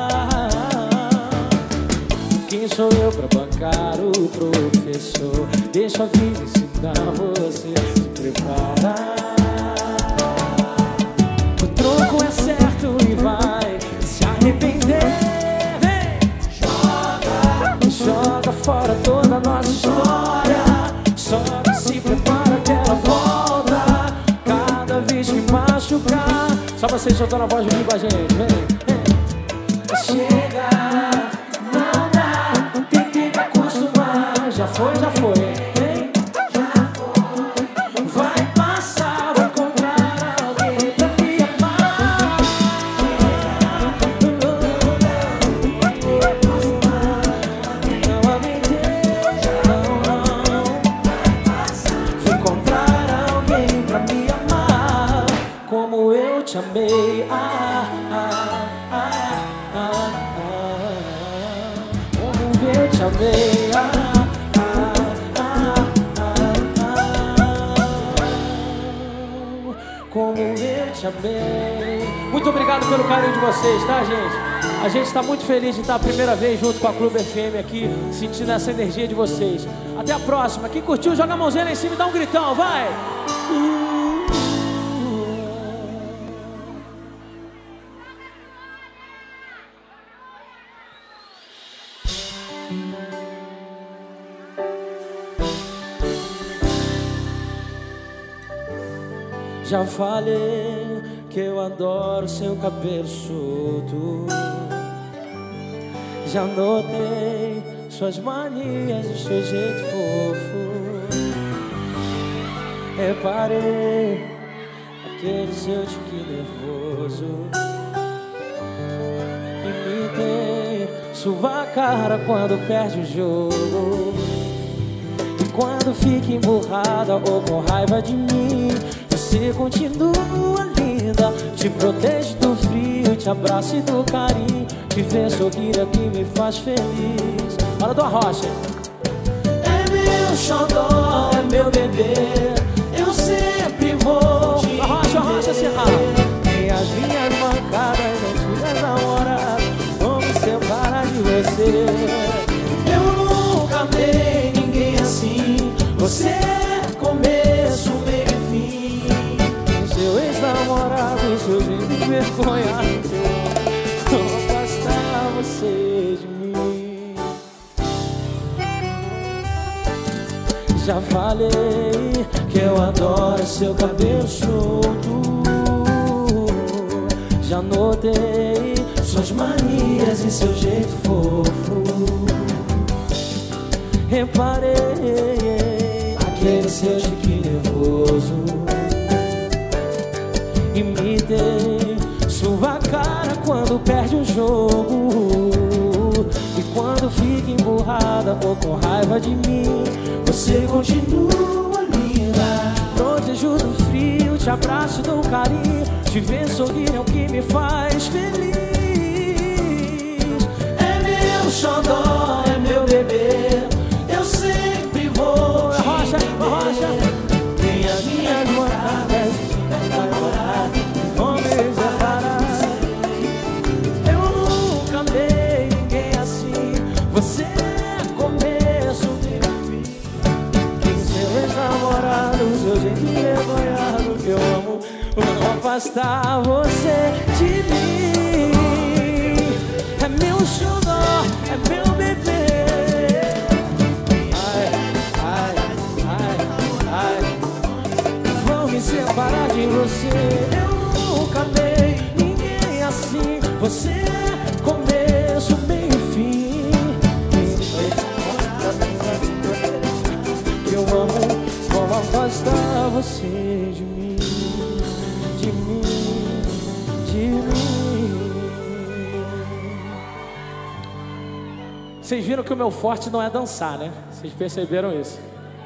Quem sou eu pra bancar o professor? Deixa a vida ensinar você, se prepara. O troco é certo e vai se arrepender. Vem! Joga, joga fora toda a nossa história. Só que se prepara que ela volta. Cada vez que machucar. Só vocês soltando a voz junto com a gente, vem, vem. Chega, não dá. Tentei me acostumar. Já foi, já foi. Vem. Já foi. Vai passar, vou encontrar alguém pra me amar. Não aguentei, não, não. Vou encontrar alguém pra me amar. Como eu te amei. Ah, ah, ah, ah, ah. Como eu te amei. Ah, ah, ah, ah, ah. Como eu te amei. Muito obrigado pelo carinho de vocês, tá, gente? A gente está muito feliz de estar a primeira vez junto com a Clube F M aqui, sentindo essa energia de vocês. Até a próxima. Quem curtiu, joga a mãozinha lá em cima e dá um gritão, vai! Já falei que eu adoro seu cabelo solto. Já notei suas manias, o seu jeito fofo. Reparei aquele seu tique nervoso. Imitei sua cara quando perde o jogo. E quando fica emburrada ou com raiva de mim, você continua linda. Te protege do frio, te abraça e do carinho. Te ver sorrir é que me faz feliz. Fala do Arrocha. É meu xodó, é meu bebê, eu sempre vou te Arrocha, Arrocha, Serra. Tem as minhas mancadas, antigas namoradas, vou me separar de você. Eu nunca amei ninguém assim. Você é começo, meio e fim. Seu ex-namorado, seu jeito envergonhado, vou afastar você de mim. Já falei que eu adoro seu cabelo solto. Já notei suas manias e seu jeito fofo. Reparei aquele seu tique nervoso. Imitei sua cara quando perde um jogo. E quando fica emburrada ou com raiva de mim, você continua linda. Protejo do frio, te abraço e dou carinho. Te ver sorrir é o que me faz feliz. É meu xodó, é meu bebê, eu sempre vou te Arrocha, Arrocha. Tem as minhas moradas, namoradas, vão me separar. Eu nunca amei ninguém assim. Você é começo, meio e fim. Quem seu ex-namorado, seu jeito envergonhado que eu amo, vou afastar você de mim. É meu xodó, é meu bebê. Ai, ai, ai, ai, vou me separar de você. Eu nunca amei ninguém assim. Você é começo, meio e fim. Que eu amo, vou afastar você de mim. De mim, de mim. Vocês viram que o meu forte não é dançar, né? Vocês perceberam isso?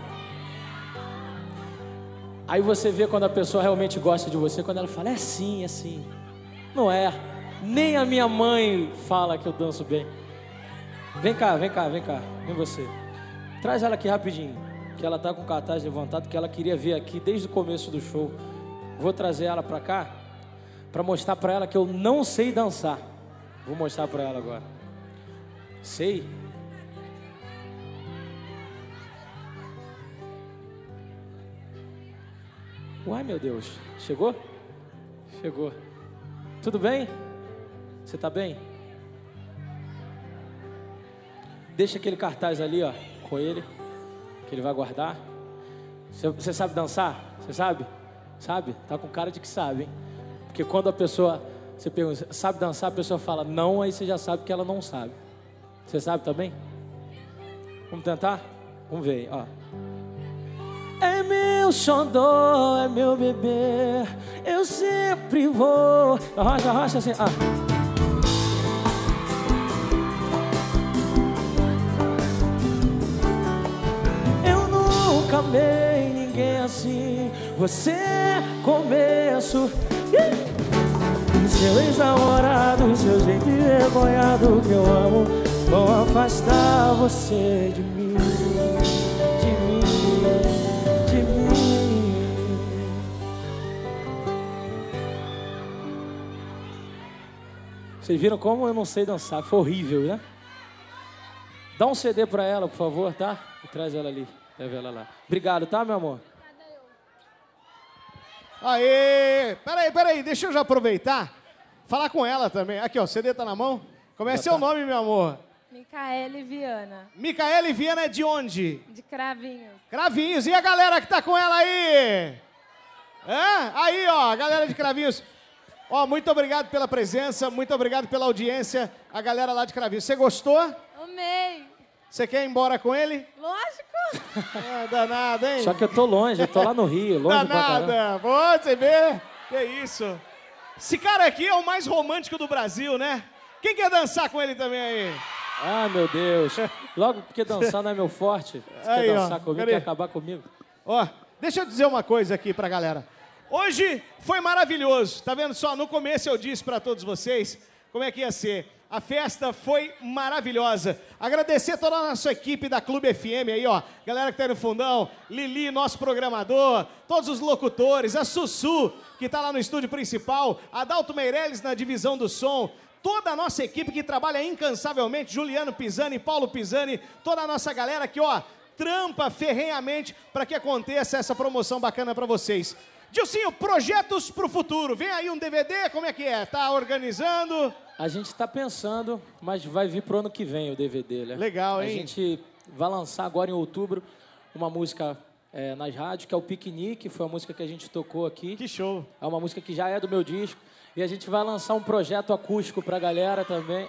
Aí você vê quando a pessoa realmente gosta de você, quando ela fala, é assim, é assim. Não é. Nem a minha mãe fala que eu danço bem. Vem cá, vem cá, vem cá. Vem você. Traz ela aqui rapidinho, que ela tá com o cartaz levantado, que ela queria ver aqui desde o começo do show. Vou trazer ela pra cá, pra mostrar pra ela que eu não sei dançar. Vou mostrar pra ela agora. Sei? Uai, meu Deus. Chegou? Chegou. Tudo bem? Você tá bem? Deixa aquele cartaz ali, ó, com ele, que ele vai guardar. Você, você sabe dançar? Você sabe? Sabe? Tá com cara de que sabe, hein? Porque quando a pessoa, você pergunta, sabe dançar? A pessoa fala não, aí você já sabe que ela não sabe. Você sabe também? Vamos tentar? Vamos ver, ó. É meu xodó, é meu bebê, eu sempre vou. Arrocha, arrocha assim, ah. Eu nunca amei ninguém assim. Você é começo. Seu ex-namorado, seu jeito envergonhado que eu amo, vão afastar você de mim, de mim, de mim. Vocês viram como eu não sei dançar? Foi horrível, né? Dá um C D pra ela, por favor, tá? E traz ela ali, leva ela lá. Obrigado, tá, meu amor? Aê! Peraí, peraí, deixa eu já aproveitar. Falar com ela também. Aqui, ó, o C D tá na mão? Como é seu nome, meu amor? Micaele Viana. Micaele Viana é de onde? De Cravinhos. Cravinhos. E a galera que tá com ela aí? É? Aí, ó, a galera de Cravinhos. Ó, muito obrigado pela presença, muito obrigado pela audiência. A galera lá de Cravinhos. Você gostou? Amei. Você quer ir embora com ele? Lógico. Ah, danado, hein? Só que eu tô longe, eu tô lá no Rio, longe pra caramba. Danada. Pô, você vê? Que isso? Esse cara aqui é o mais romântico do Brasil, né? Quem quer dançar com ele também aí? Ah, meu Deus. Logo porque dançar não é meu forte. Você Aí, quer ó, dançar comigo, cadê? quer acabar comigo? Ó, deixa eu dizer uma coisa aqui pra galera. Hoje foi maravilhoso. Tá vendo só? No começo eu disse pra todos vocês como é que ia ser. A festa foi maravilhosa. Agradecer toda a nossa equipe da Clube F M aí, ó. Galera que tá aí no fundão, Lili, nosso programador, todos os locutores, a Sussu, que tá lá no estúdio principal, Adalto Meirelles na divisão do som, toda a nossa equipe que trabalha incansavelmente, Juliano Pisani, Paulo Pisani, toda a nossa galera que, ó, trampa ferrenhamente para que aconteça essa promoção bacana para vocês. Dilcinho, projetos pro futuro. Vem aí um D V D, como é que é? Tá organizando? A gente tá pensando, mas vai vir pro ano que vem o D V D, né? Legal, hein? A gente vai lançar agora em outubro uma música é, nas rádios, que é o Piquenique, foi a música que a gente tocou aqui. Que show. É uma música que já é do meu disco. E a gente vai lançar um projeto acústico pra galera também.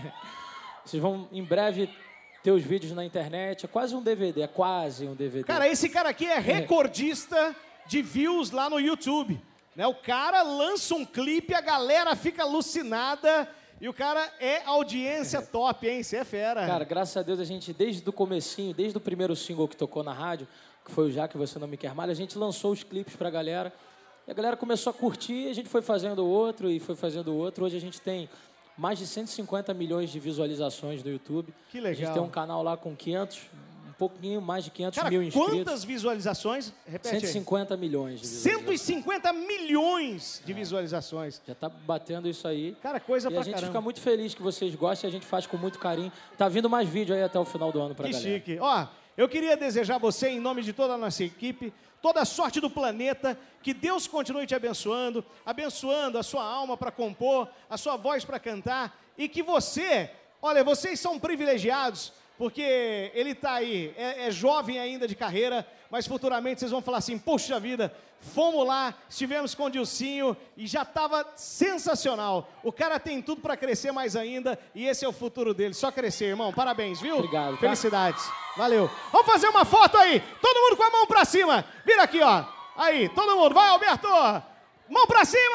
Vocês vão, em breve, ter os vídeos na internet. É quase um D V D, é quase um D V D. Cara, esse cara aqui é recordista de views lá no YouTube. Né? O cara lança um clipe, a galera fica alucinada e o cara é audiência top, hein? Você é fera. Cara, graças a Deus, a gente, desde o comecinho, desde o primeiro single que tocou na rádio, que foi o Já Que Você Não Me Quer Mais, a gente lançou os clipes pra galera. E a galera começou a curtir, a gente foi fazendo outro e foi fazendo outro. Hoje a gente tem mais de cento e cinquenta milhões de visualizações no YouTube. Que legal. A gente tem um canal lá com quinhentos, um pouquinho mais de quinhentos Cara, mil inscritos. quantas visualizações? Repete cento e cinquenta milhões de visualizações. cento e cinquenta milhões de visualizações. Já tá batendo isso aí. Cara, coisa E pra a gente caramba. fica muito feliz que vocês gostem, a gente faz com muito carinho. Tá vindo mais vídeo aí até o final do ano pra Que galera. chique. Ó, eu queria desejar a você, em nome de toda a nossa equipe, toda a sorte do planeta, que Deus continue te abençoando, abençoando a sua alma para compor, a sua voz para cantar, e que você, olha, vocês são privilegiados, porque ele está aí, é, é jovem ainda de carreira, mas futuramente vocês vão falar assim, poxa vida, fomos lá, estivemos com o Dilcinho e já estava sensacional. O cara tem tudo para crescer mais ainda e esse é o futuro dele, só crescer, irmão. Parabéns, viu? Obrigado, tá? Felicidades. Valeu. Vamos fazer uma foto aí, todo mundo com a mão para cima. Vira aqui, ó. Aí, todo mundo. Vai, Alberto. Mão para cima.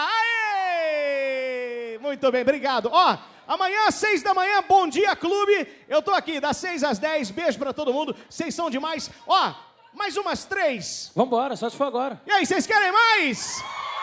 Aê! Muito bem, obrigado. Ó, amanhã, às seis da manhã, Bom Dia Clube. Eu tô aqui, das seis às dez. Beijo pra todo mundo. Vocês são demais. Ó, mais umas três. Vambora, só se for agora. E aí, vocês querem mais?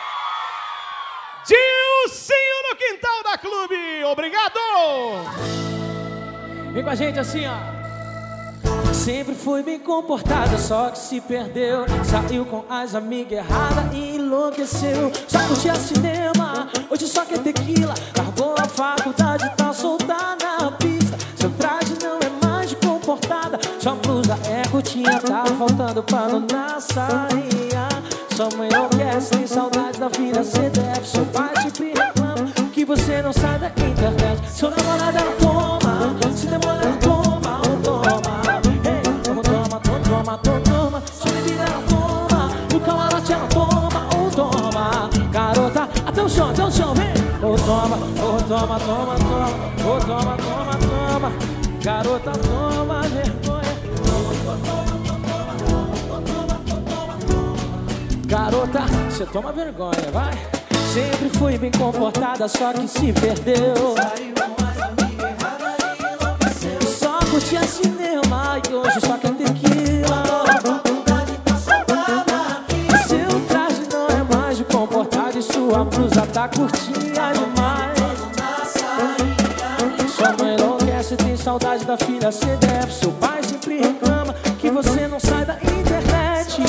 Dilcinho no quintal da Clube. Obrigado. Vem com a gente assim, ó. Sempre foi bem comportada, só que se perdeu. Saiu com as amigas erradas e enlouqueceu. Só curtia cinema, hoje só quer tequila. Largou a faculdade, tá solta na pista. Seu traje não é mais de comportada, sua blusa é curtinha. Tá faltando pano na saia. Sua mãe enlouquece, tem saudade da filha, cê deve. Seu pai te reclama que você não sai da internet. Seu namorado ela toma, se demora ela toma, ou toma. Toma, toma, toma, sua bebida ela toma, no camarote ela toma, ou toma. Garota, até o chão, até o chão, vem. Ou toma, ou toma, toma, toma, ou toma, toma, toma. Garota, toma vergonha. Garota, você toma vergonha, vai. Sempre fui bem comportada, só que se perdeu. Só curtia cinema e hoje só quer tequila. Seu traje não é mais de comportado e sua blusa tá curtinha demais. Sua mãe enlouquece, tem saudade da filha, cê deve. Seu pai sempre reclama que você não sai da internet.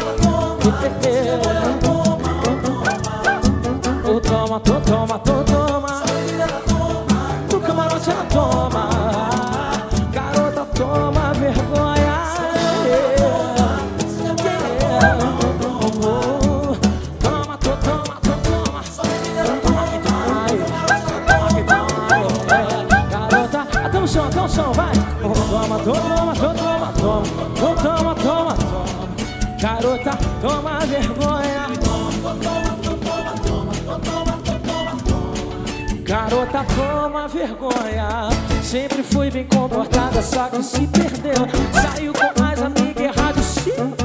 Oh, toma, to, toma, to, toma. No camarote ela toma. Garota, toma vergonha. Yeah. Yeah. Oh, toma, to, toma, to, toma. Toma que dói. Toma que dói. Garota, até o chão, até o chão, vai. Oh, toma, to, toma, to, toma, toma. Oh, toma, toma, toma. Garota, toma vergonha. Garota toma vergonha, sempre fui bem comportada, só que se perdeu. Saiu com as amigas erradas, sim.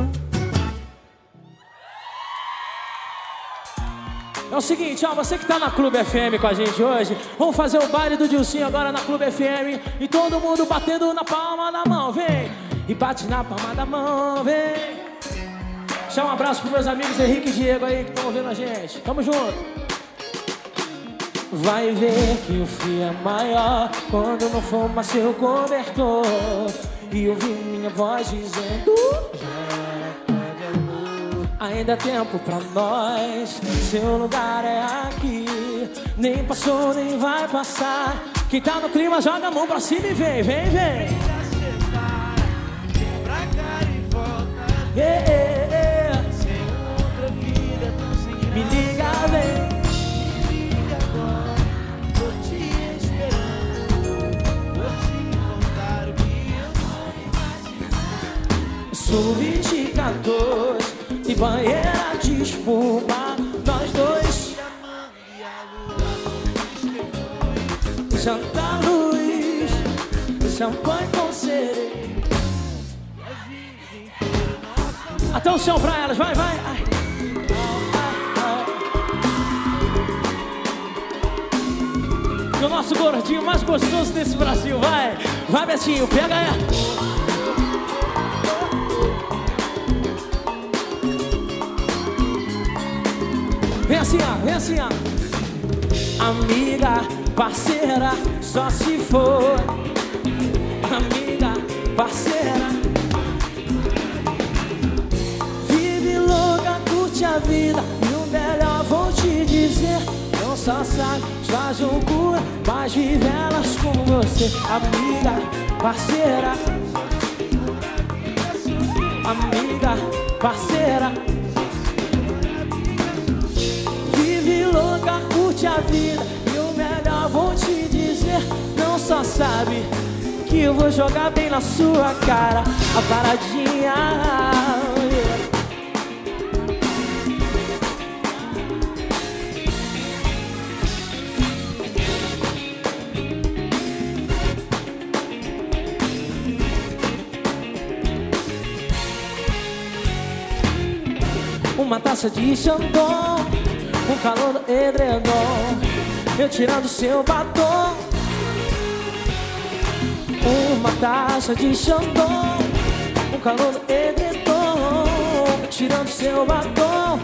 É o seguinte, ó, você que tá na Clube F M com a gente hoje, vamos fazer o baile do Dilcinho agora na Clube F M. E todo mundo batendo na palma da mão, vem. E bate na palma da mão, vem. Deixa um abraço pros meus amigos Henrique e Diego aí que estão ouvindo a gente. Tamo junto. Vai ver que o frio é maior quando não fuma seu cobertor. E ouvir minha voz dizendo: ainda é tempo pra nós, seu lugar é aqui. Nem passou, nem vai passar. Quem tá no clima joga a mão pra cima e vem, vem, vem. Yeah, yeah, yeah. Me liga, vem. Sou vinte e quatorze e banheira de espuma, nós dois. Santa Luz, champanhe com sereia. Até o chão pra elas, vai, vai. Ai. E o nosso gordinho mais gostoso desse Brasil, vai. Vai, Betinho, pega ela. Vem assim, ó, vem assim, ó. Amiga, parceira, só se for. Amiga, parceira. Vive louca, curte a vida. E o melhor vou te dizer: não só sabe sua loucura, mas vive elas com você. Amiga, parceira. Amiga, parceira. Louca, curte a vida. E o melhor vou te dizer: não só sabe que eu vou jogar bem na sua cara a paradinha. Uma taça de Chandon, um calor do edredom, eu tirando seu batom. Uma taça de Chandon, um calor do edredom, eu tirando seu batom.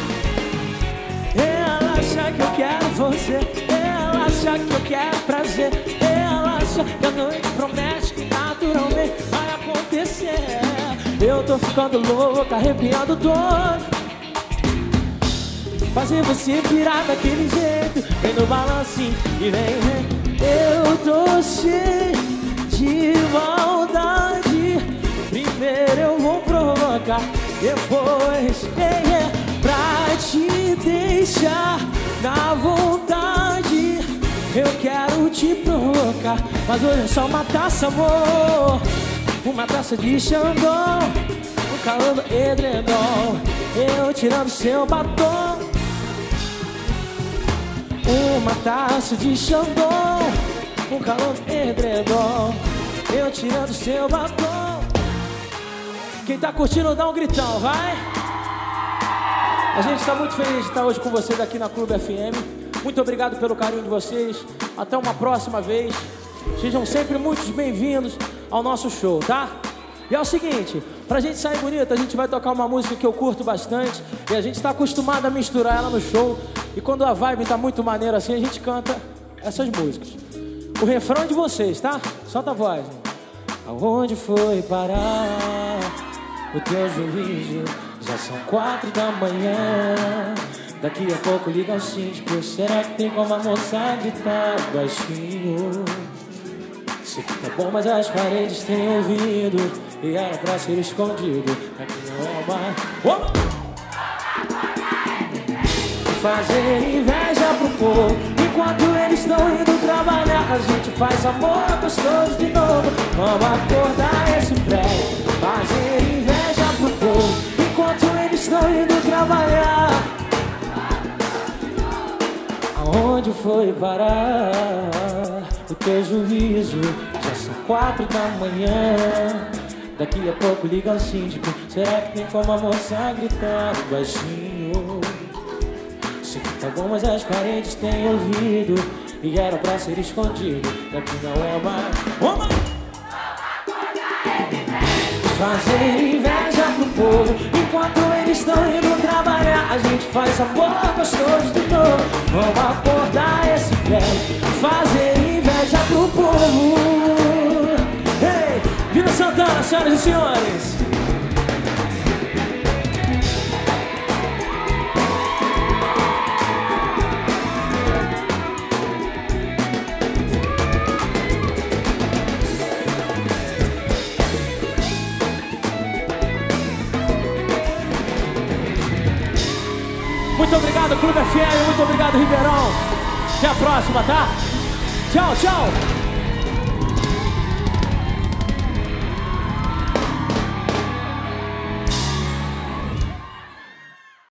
Ela acha que eu quero você, ela acha que eu quero prazer, ela acha que a noite promete que naturalmente vai acontecer. Eu tô ficando louco, arrepiando todo. Fazer você virar daquele jeito, vem no balancinho e vem, vem. Eu tô cheio de maldade. Primeiro eu vou provocar, depois é, é, pra te deixar na vontade. Eu quero te provocar, mas hoje é só uma taça, amor. Uma taça de Chandon, um calor do edredom, eu tirando seu batom. Uma taça de Chandon, um calor de edredom, eu tirando seu batom. Quem tá curtindo dá um gritão, vai. A gente tá muito feliz de estar hoje com vocês aqui na Clube F M. Muito obrigado pelo carinho de vocês. Até uma próxima vez. Sejam sempre muito bem-vindos ao nosso show, tá? E é o seguinte, pra gente sair bonito, a gente vai tocar uma música que eu curto bastante e a gente tá acostumado a misturar ela no show. E quando a vibe tá muito maneira assim, a gente canta essas músicas. O refrão é de vocês, tá? Solta a voz. Aonde foi parar o teu juízo? Já são quatro da manhã. Daqui a pouco liga o síndico. Será que tem como a moça gritar baixinho? Sei que tá bom, mas as paredes têm ouvido e era pra ser escondido. Aqui não é mais. Oh! Fazer inveja pro povo enquanto eles estão indo trabalhar. A gente faz amor gostoso de novo. Vamos acordar esse prédio. Fazer inveja pro povo enquanto eles estão indo trabalhar. Aonde Aonde foi parar o teu juízo? Já são quatro da manhã. Daqui a pouco liga o síndico. Será que tem como a moça gritar baixinho? Sei que tá bom, mas as paredes têm ouvido e era pra ser escondido. Daqui não é mais uma. Fazer inveja pro povo enquanto eles estão indo trabalhar. A gente faz amor gostoso de novo. Vamos acordar esse velho. Fazer inveja pro povo. Ei, Vila Santana, senhoras e senhores. Muito obrigado, Clube F M, muito obrigado, Ribeirão. Até a próxima, tá? Tchau, tchau.